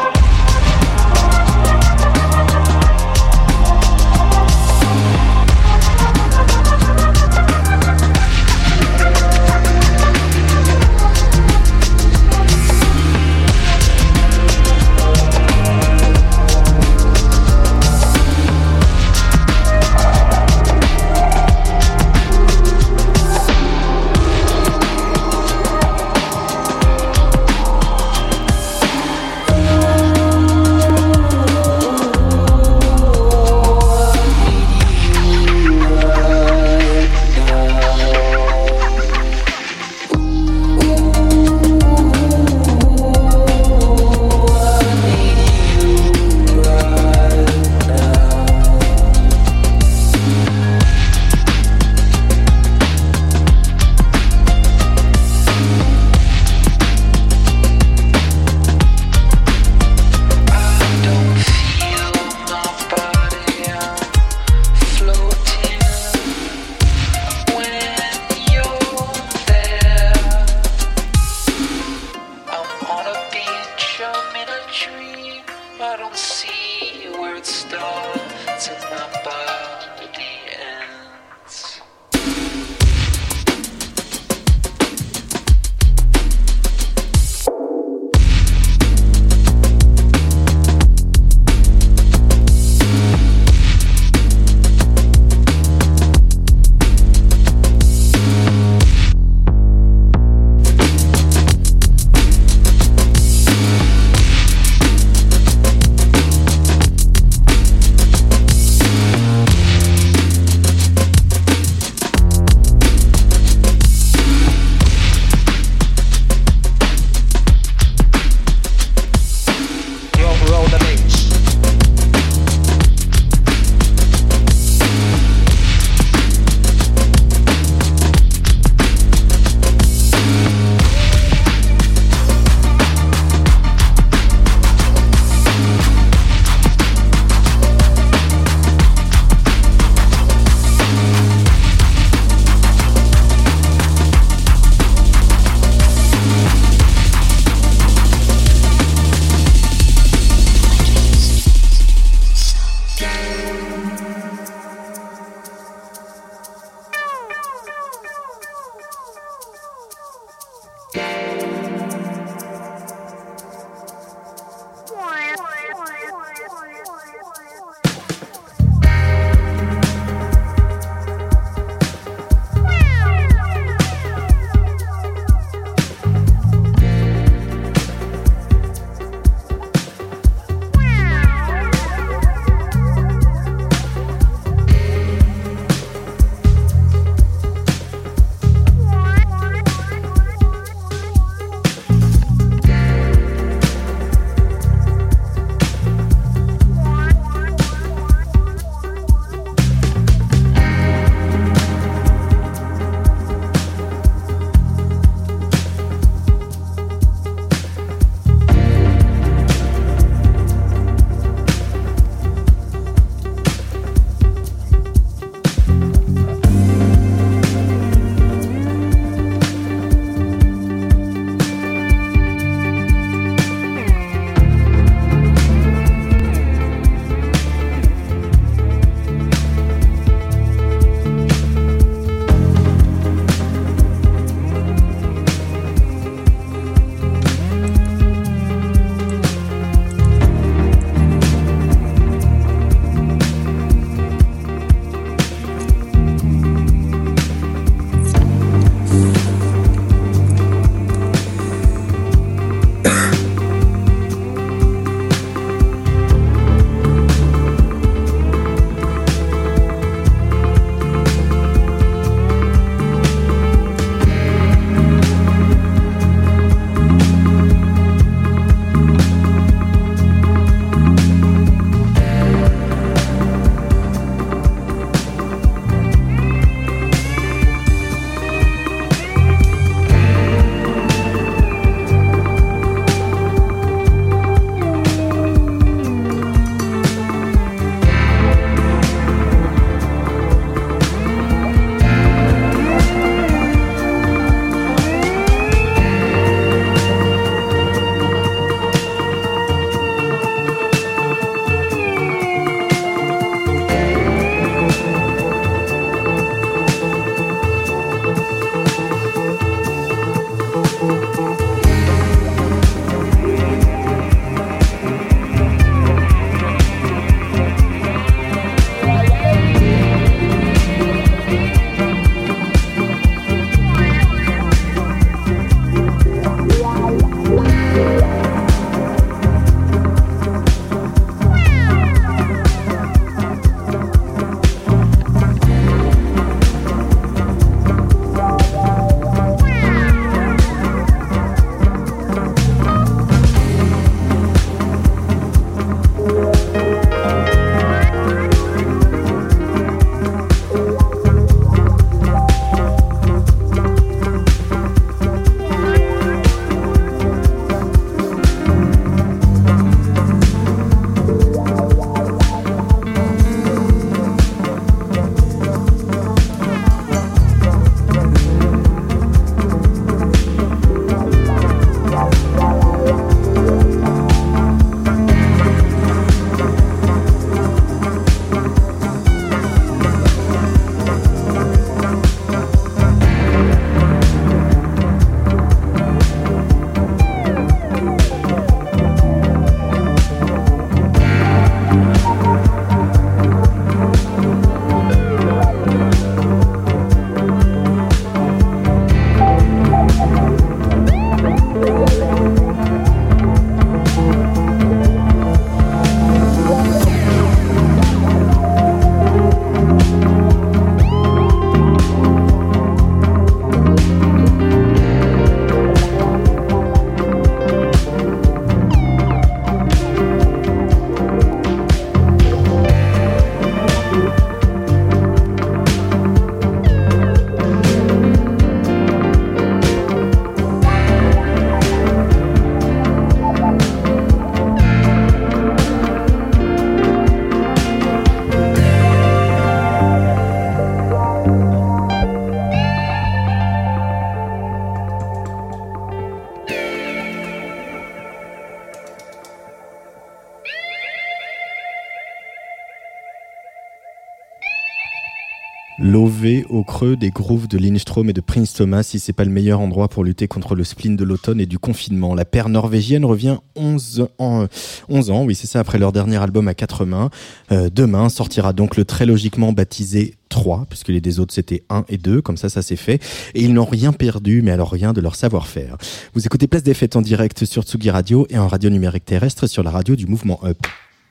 Lové au creux des grooves de Lindström et de Prince Thomas, si c'est pas le meilleur endroit pour lutter contre le spleen de l'automne et du confinement. La paire norvégienne revient 11 ans, oui c'est ça, après leur dernier album à 4 mains. Demain sortira donc le très logiquement baptisé 3, puisque les des autres c'était 1 et 2, comme ça s'est fait. Et ils n'ont rien perdu, mais alors rien de leur savoir-faire. Vous écoutez Place des Fêtes en direct sur Tsugi Radio et en radio numérique terrestre sur la radio du Mouvement Up.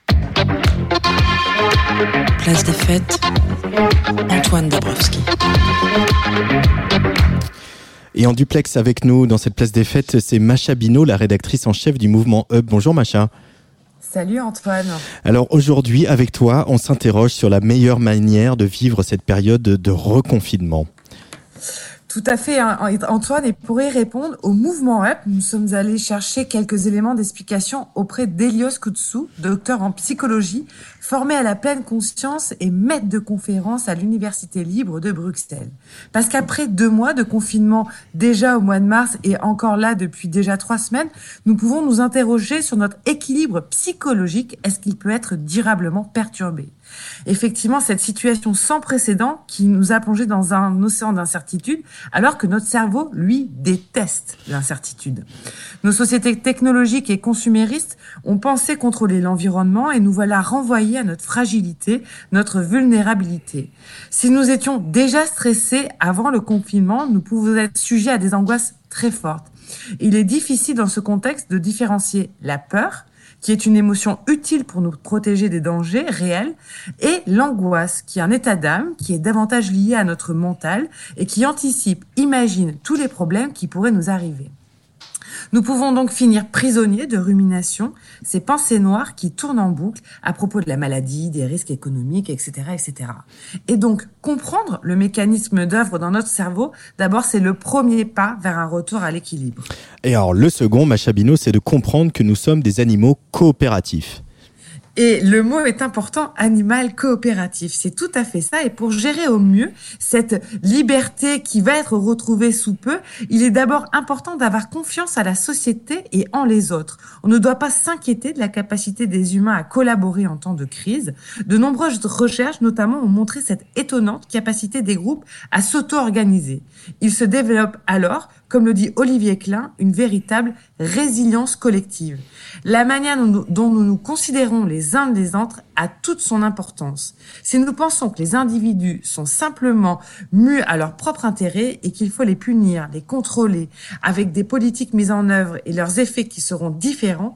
Place des Fêtes, Antoine Dabrowski. Et en duplex avec nous dans cette Place des Fêtes, c'est Macha Bino, la rédactrice en chef du Mouvement Up. Bonjour Macha. Salut Antoine. Alors aujourd'hui, avec toi, on s'interroge sur la meilleure manière de vivre cette période de reconfinement. Tout à fait, Antoine, et pour y répondre, au Mouvement Up, nous sommes allés chercher quelques éléments d'explication auprès d'Elios Koutsou, docteur en psychologie, formé à la pleine conscience et maître de conférence à l'Université libre de Bruxelles. Parce qu'après 2 mois de confinement, déjà au mois de mars et encore là depuis déjà 3 semaines, nous pouvons nous interroger sur notre équilibre psychologique. Est-ce qu'il peut être durablement perturbé ? Effectivement, cette situation sans précédent qui nous a plongé dans un océan d'incertitude, alors que notre cerveau, lui, déteste l'incertitude. Nos sociétés technologiques et consuméristes ont pensé contrôler l'environnement et nous voilà renvoyés à notre fragilité, notre vulnérabilité. Si nous étions déjà stressés avant le confinement, nous pouvons être sujets à des angoisses très fortes. Il est difficile dans ce contexte de différencier la peur, qui est une émotion utile pour nous protéger des dangers réels, et l'angoisse, qui est un état d'âme, qui est davantage lié à notre mental et qui anticipe, imagine tous les problèmes qui pourraient nous arriver. Nous pouvons donc finir prisonniers de ruminations, ces pensées noires qui tournent en boucle à propos de la maladie, des risques économiques, etc., etc. Et donc, comprendre le mécanisme d'œuvre dans notre cerveau, d'abord, c'est le premier pas vers un retour à l'équilibre. Et alors, le second, Macha Bino, c'est de comprendre que nous sommes des animaux coopératifs. Et le mot est important, animal coopératif. C'est tout à fait ça. Et pour gérer au mieux cette liberté qui va être retrouvée sous peu, il est d'abord important d'avoir confiance à la société et en les autres. On ne doit pas s'inquiéter de la capacité des humains à collaborer en temps de crise. De nombreuses recherches, notamment, ont montré cette étonnante capacité des groupes à s'auto-organiser. Il se développe alors, comme le dit Olivier Klein, une véritable résilience collective. La manière dont nous nous considérons les uns les autres a toute son importance. Si nous pensons que les individus sont simplement mus à leur propre intérêt et qu'il faut les punir, les contrôler, avec des politiques mises en œuvre et leurs effets qui seront différents,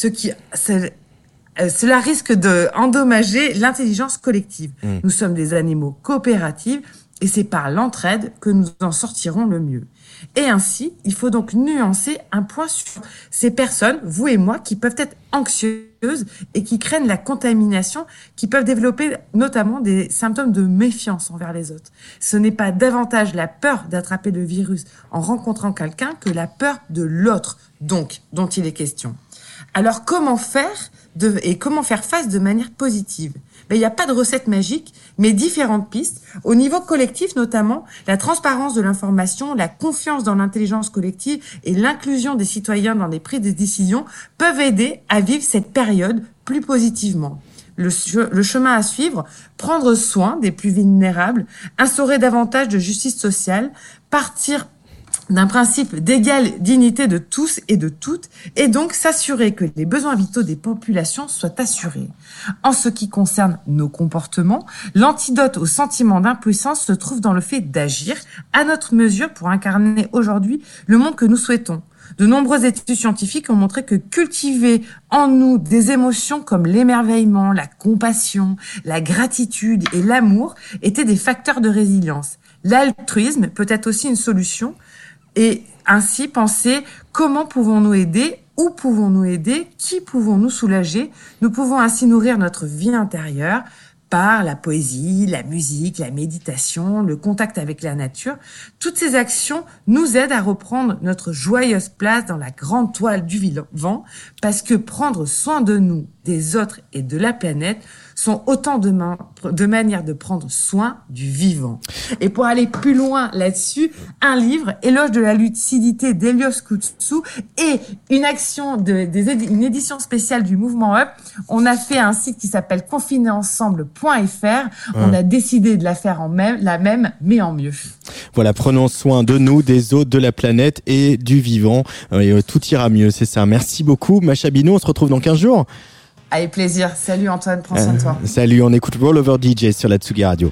cela risque d'endommager l'intelligence collective. Nous sommes des animaux coopératifs et c'est par l'entraide que nous en sortirons le mieux. Et ainsi, il faut donc nuancer un point sur ces personnes, vous et moi, qui peuvent être anxieuses et qui craignent la contamination, qui peuvent développer notamment des symptômes de méfiance envers les autres. Ce n'est pas davantage la peur d'attraper le virus en rencontrant quelqu'un que la peur de l'autre, donc, dont il est question. Alors, comment faire face de manière positive ? Il n'y a pas de recette magique, mais différentes pistes. Au niveau collectif, notamment, la transparence de l'information, la confiance dans l'intelligence collective et l'inclusion des citoyens dans les prises de décisions peuvent aider à vivre cette période plus positivement. Le chemin à suivre, prendre soin des plus vulnérables, instaurer davantage de justice sociale, partir d'un principe d'égale dignité de tous et de toutes, et donc s'assurer que les besoins vitaux des populations soient assurés. En ce qui concerne nos comportements, l'antidote au sentiment d'impuissance se trouve dans le fait d'agir à notre mesure pour incarner aujourd'hui le monde que nous souhaitons. De nombreuses études scientifiques ont montré que cultiver en nous des émotions comme l'émerveillement, la compassion, la gratitude et l'amour étaient des facteurs de résilience. L'altruisme peut être aussi une solution. Et ainsi penser comment pouvons-nous aider, où pouvons-nous aider, qui pouvons-nous soulager. Nous pouvons ainsi nourrir notre vie intérieure par la poésie, la musique, la méditation, le contact avec la nature. Toutes ces actions nous aident à reprendre notre joyeuse place dans la grande toile du vivant, parce que prendre soin de nous des autres et de la planète sont autant de manières de prendre soin du vivant. Et pour aller plus loin là-dessus, un livre, Éloge de la lucidité d'Elios Koutsou, et une action une édition spéciale du Mouvement Up. On a fait un site qui s'appelle confinerensemble.fr. On a décidé de la faire la même, mais en mieux. Voilà, prenons soin de nous, des autres, de la planète et du vivant. Et tout ira mieux, c'est ça. Merci beaucoup, Macha Bino. On se retrouve dans 15 jours. Avec plaisir. Salut Antoine, prends soin de toi. Salut, on écoute Roll Over DJ sur la Tsugi Radio.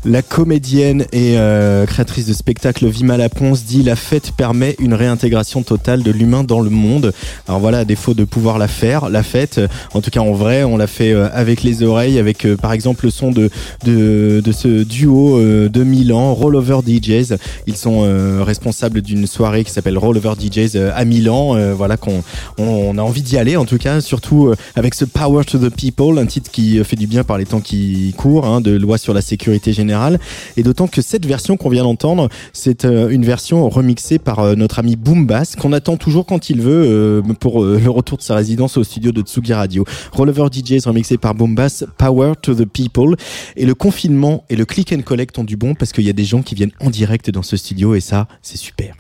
La comédienne et créatrice de spectacle Vima Laponce dit: la fête permet une réintégration totale de l'humain dans le monde. Alors voilà, à défaut de pouvoir la faire, la fête, en tout cas en vrai, on l'a fait avec les oreilles, avec par exemple le son de ce duo de Milan, Rollover DJs. Ils sont responsables d'une soirée qui s'appelle Rollover DJs à Milan. Voilà, on a envie d'y aller, en tout cas, surtout avec ce Power to the People, un titre qui fait du bien par les temps qui courent, hein, de loi sur la sécurité générale. Et d'autant que cette version qu'on vient d'entendre, c'est une version remixée par notre ami Boom Bass, qu'on attend toujours quand il veut pour le retour de sa résidence au studio de Tsugi Radio. Rollover DJs remixé par Boom Bass, Power to the People. Et le confinement et le click and collect ont du bon parce qu'il y a des gens qui viennent en direct dans ce studio et ça, c'est super.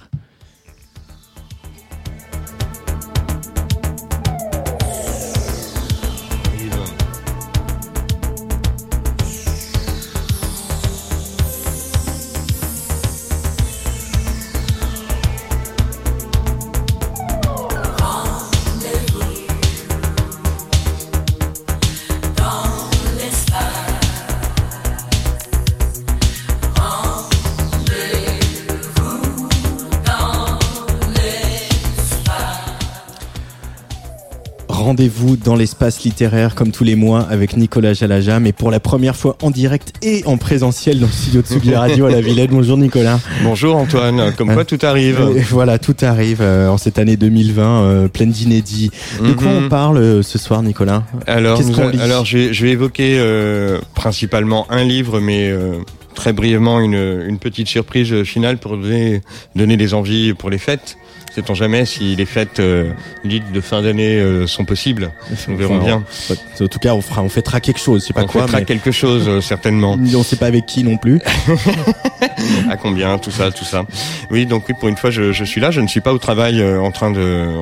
Rendez-vous dans l'espace littéraire comme tous les mois avec Nicolas Jalaja, mais pour la première fois en direct et en présentiel dans le studio de Tsugi Radio à la Villette. Bonjour Nicolas. Bonjour Antoine, comme quoi tout arrive. Et voilà, tout arrive en cette année 2020 pleine d'inédits. De quoi on parle ce soir, Nicolas? Alors je vais évoquer principalement un livre, mais très brièvement une petite surprise finale pour donner des envies pour les fêtes. Sait-on jamais si les fêtes dites de fin d'année sont possibles. Nous verrons bien. En tout cas, on fêtera quelque chose. Je sais pas quoi. On fêtera quelque chose, certainement. On sait pas avec qui non plus. À combien, tout ça. Oui, donc oui, pour une fois, je suis là. Je ne suis pas au travail en train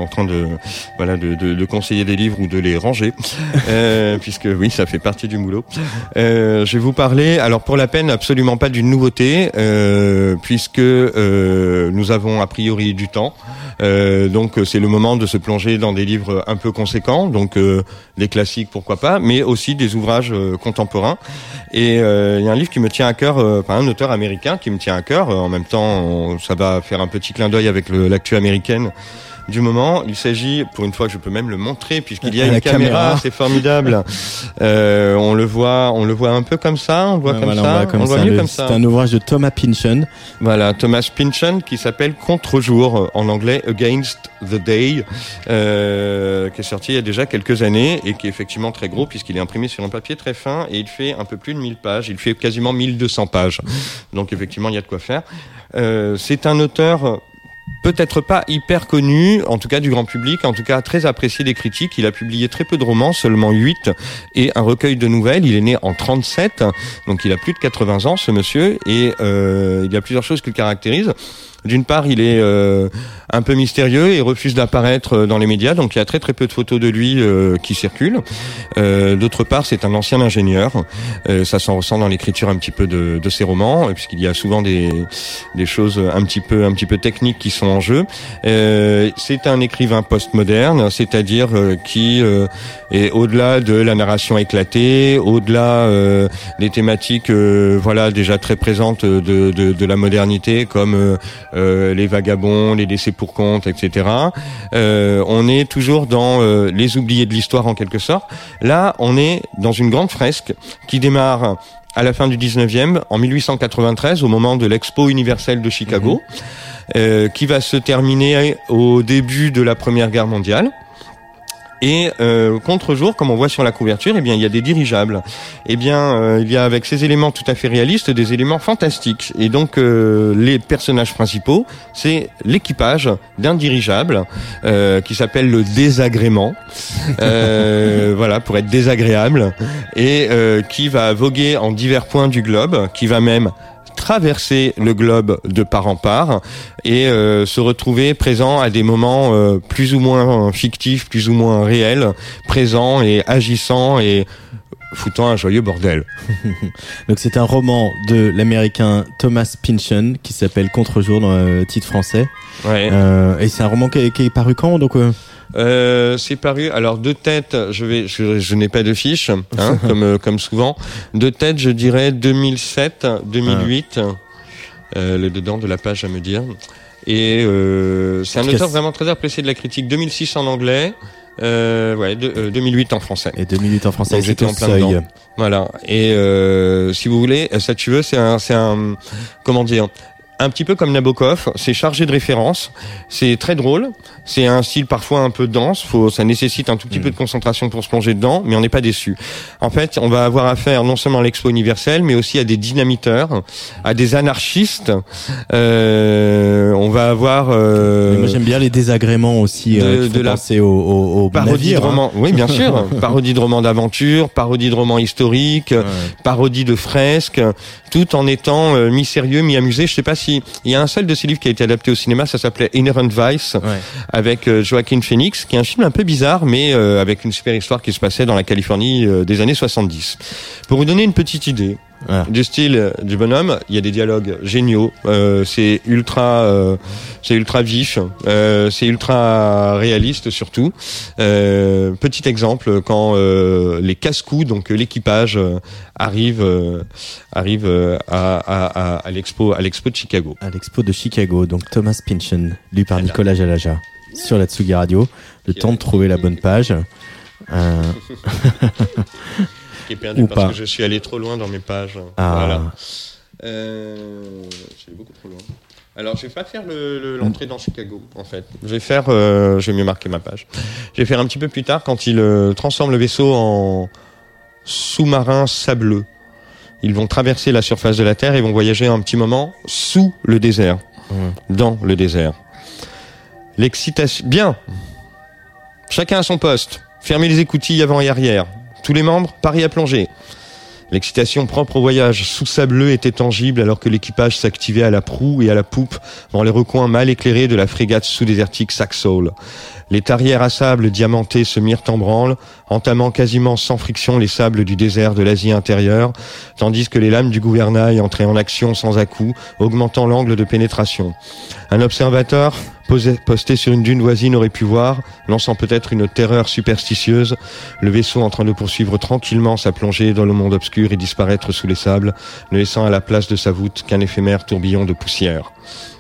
de conseiller des livres ou de les ranger, puisque oui, ça fait partie du boulot. Je vais vous parler, alors pour la peine, absolument pas d'une nouveauté, puisque nous avons a priori du temps. Donc c'est le moment de se plonger dans des livres un peu conséquents, donc des classiques pourquoi pas, mais aussi des ouvrages contemporains. Et il y a un livre qui me tient à cœur, un auteur américain qui me tient à cœur. En même temps, ça va faire un petit clin d'œil avec l'actu américaine du moment. Il s'agit, pour une fois, je peux même le montrer puisqu'il y a une caméra, c'est formidable. On le voit un peu comme ça, on le voit comme ça, on le voit mieux comme ça. C'est un ouvrage de Thomas Pynchon. Voilà, Thomas Pynchon qui s'appelle Contre-jour, en anglais Against the Day, qui est sorti il y a déjà quelques années et qui est effectivement très gros puisqu'il est imprimé sur un papier très fin et il fait un peu plus de 1000 pages, il fait quasiment 1200 pages. Donc effectivement, il y a de quoi faire. C'est un auteur peut-être pas hyper connu, en tout cas du grand public, en tout cas très apprécié des critiques. Il a publié très peu de romans, seulement 8, et un recueil de nouvelles. Il est né en 37, donc il a plus de 80 ans, ce monsieur, et il y a plusieurs choses qui le caractérisent. D'une part, il est un peu mystérieux et refuse d'apparaître dans les médias, donc il y a très très peu de photos de lui qui circulent. D'autre part, c'est un ancien ingénieur. Ça s'en ressent dans l'écriture un petit peu de ses romans, puisqu'il y a souvent des choses un petit peu techniques qui sont en jeu. C'est un écrivain postmoderne, c'est-à-dire qui est au-delà de la narration éclatée, au-delà des thématiques déjà très présentes de la modernité, comme les vagabonds, les laissés pour compte, etc. On est toujours dans les oubliés de l'histoire en quelque sorte. Là, on est dans une grande fresque qui démarre à la fin du 19e, en 1893, au moment de l'Expo universelle de Chicago, qui va se terminer au début de la Première Guerre mondiale. Et contre-jour, comme on voit sur la couverture, il y a des dirigeables. Il y a avec ces éléments tout à fait réalistes des éléments fantastiques. Et donc les personnages principaux, c'est l'équipage d'un dirigeable qui s'appelle le désagrément. Pour être désagréable, et qui va voguer en divers points du globe, qui va même traverser le globe de part en part et se retrouver présent à des moments plus ou moins fictifs, plus ou moins réels, présents et agissant et foutant un joyeux bordel. Donc c'est un roman de l'américain Thomas Pynchon qui s'appelle Contre-jour dans le titre français. Ouais. Et c'est un roman qui est paru quand donc C'est paru. Alors de tête, je n'ai pas de fiche, hein, comme souvent. De tête, je dirais 2007, 2008. Le dedans de la page à me dire. Et c'est un auteur vraiment très apprécié de la critique. 2006 en anglais. 2008 en français. Et 2008 en français. Donc j'étais en plein dedans. Voilà. Et si vous voulez, ça tu veux, c'est un comment dire. Un petit peu comme Nabokov, c'est chargé de références, c'est très drôle, c'est un style parfois un peu dense, ça nécessite un tout petit peu de concentration pour se plonger dedans, mais on n'est pas déçu. En fait, on va avoir affaire non seulement à l'Expo universelle, mais aussi à des dynamiteurs, à des anarchistes. On va avoir. Moi j'aime bien les désagréments aussi. De penser au parodie navire, de romans. Oui, bien sûr. Parodie de romans d'aventure, parodie de romans historiques, parodie de fresques, tout en étant mi-sérieux, mi-amusé. Je sais pas si il y a un seul de ces livres qui a été adapté au cinéma, ça s'appelait Inherent Vice, avec Joaquin Phoenix, qui est un film un peu bizarre, mais avec une super histoire qui se passait dans la Californie des années 70. Pour vous donner une petite idée du style du bonhomme, il y a des dialogues géniaux, c'est ultra vif, c'est ultra réaliste surtout. Petit exemple, quand les casse-coups, donc l'équipage arrive à l'expo de Chicago. À l'expo de Chicago, donc Thomas Pynchon, lu par Nicolas Jalaja, sur la Tsugi Radio. Le temps de trouver la bonne page. Qui est perdu parce que je suis allé trop loin dans mes pages. Voilà. Je suis allé beaucoup trop loin. Alors, je vais pas faire l'entrée dans Chicago, en fait. Je vais mieux marquer ma page. Je vais faire un petit peu plus tard quand il transforme le vaisseau en sous-marin sableux. Ils vont traverser la surface de la Terre et vont voyager un petit moment sous le désert. Dans le désert. L'excitation... Bien. Chacun à son poste. Fermez les écoutilles avant et arrière. Tous les membres, parés à plonger. L'excitation propre au voyage sous sableux était tangible alors que l'équipage s'activait à la proue et à la poupe dans les recoins mal éclairés de la frégate sous-désertique Saxhall. Les tarières à sable diamantés se mirent en branle, entamant quasiment sans friction les sables du désert de l'Asie intérieure, tandis que les lames du gouvernail entraient en action sans à-coups, augmentant l'angle de pénétration. Un observateur posté sur une dune voisine aurait pu voir, lançant peut-être une terreur superstitieuse, le vaisseau en train de poursuivre tranquillement sa plongée dans le monde obscur et disparaître sous les sables, ne laissant à la place de sa voûte qu'un éphémère tourbillon de poussière.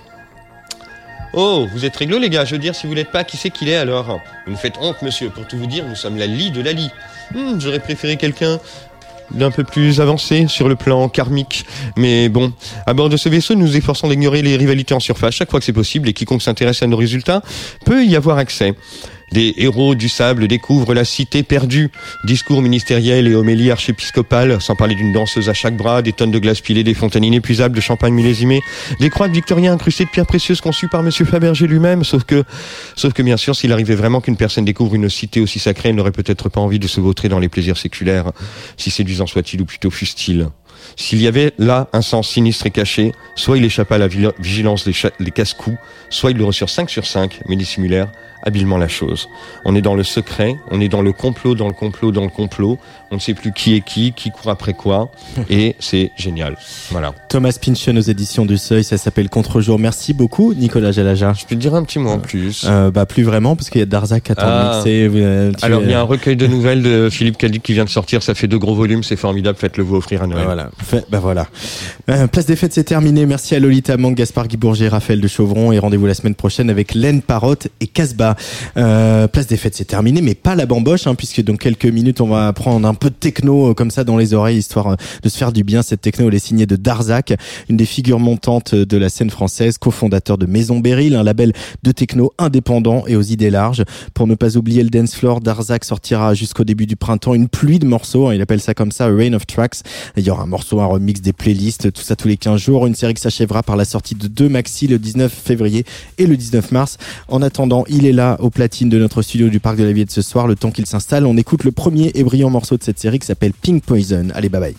Oh, vous êtes réglo les gars, je veux dire, si vous l'êtes pas, qui c'est qu'il est alors ? Vous nous faites honte monsieur, pour tout vous dire, nous sommes la lie de la lie. J'aurais préféré quelqu'un d'un peu plus avancé sur le plan karmique. Mais bon, à bord de ce vaisseau, nous nous efforçons d'ignorer les rivalités en surface chaque fois que c'est possible et quiconque s'intéresse à nos résultats peut y avoir accès. Des héros du sable découvrent la cité perdue. Discours ministériels et homélies archépiscopales, sans parler d'une danseuse à chaque bras, des tonnes de glace pilées, des fontaines inépuisables de champagne millésimé, des croix de victoriens incrustées de pierres précieuses conçues par Monsieur Fabergé lui-même. Sauf que bien sûr, s'il arrivait vraiment qu'une personne découvre une cité aussi sacrée, elle n'aurait peut-être pas envie de se vautrer dans les plaisirs séculaires, si séduisant soit-il ou plutôt fût-il. S'il y avait là un sens sinistre et caché, soit il échappa à la vigilance des casse-coups, soit il le reçut 5 sur 5, mais dissimulèrent habilement la chose. On est dans le secret, on est dans le complot, dans le complot, dans le complot. On ne sait plus qui est qui court après quoi, et c'est génial. Voilà. Thomas Pynchon aux éditions du Seuil, ça s'appelle Contre-jour. Merci beaucoup, Nicolas Jalaja. Je peux te dire un petit mot en plus. Plus vraiment, parce qu'il y a Darzac à t'en mixer. Alors, il y a un recueil de nouvelles de Philippe Cadic qui vient de sortir, ça fait 2 gros volumes, c'est formidable, faites-le vous offrir à Noël. Voilà. Place des Fêtes, c'est terminé. Merci à Lolita Mang, Gaspard Guy-Bourget, Raphaël de Chauvron, et rendez-vous la semaine prochaine avec Laine Parotte et Casbah. Place des Fêtes, c'est terminé, mais pas la bamboche, puisque dans quelques minutes, on va prendre un peu de techno comme ça dans les oreilles, histoire de se faire du bien. Cette techno, elle est signée de Darzac, une des figures montantes de la scène française, cofondateur de Maison Beryl, un label de techno indépendant et aux idées larges. Pour ne pas oublier le dance floor, Darzac sortira jusqu'au début du printemps une pluie de morceaux, il appelle ça comme ça, a rain of tracks. Il y aura un morceau, un remix, des playlists, tout ça tous les 15 jours, une série qui s'achèvera par la sortie de 2 maxi le 19 février et le 19 mars. En attendant, il est là au platine de notre studio du Parc de la Villette ce soir, le temps qu'il s'installe. On écoute le premier et brillant morceau de cette série qui s'appelle Pink Poison. Allez, bye bye.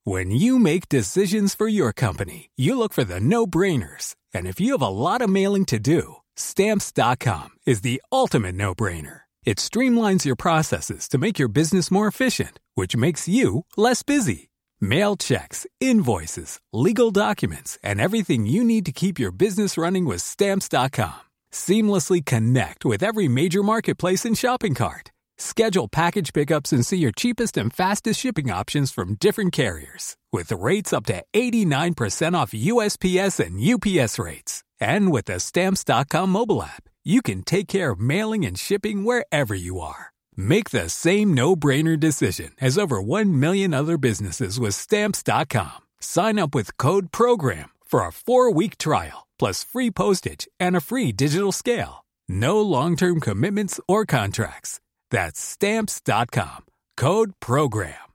When you make decisions for your company, you look for the no-brainers. And if you have a lot of mailing to do, Stamps.com is the ultimate no-brainer. It streamlines your processes to make your business more efficient, which makes you less busy. Mail checks, invoices, legal documents, and everything you need to keep your business running with Stamps.com. Seamlessly connect with every major marketplace and shopping cart. Schedule package pickups and see your cheapest and fastest shipping options from different carriers, with rates up to 89% off USPS and UPS rates. And with the Stamps.com mobile app, you can take care of mailing and shipping wherever you are. Make the same no-brainer decision as over 1 million other businesses with Stamps.com. Sign up with code PROGRAM for a 4-week trial, plus free postage and a free digital scale. No long-term commitments or contracts. That's Stamps.com. Code PROGRAM.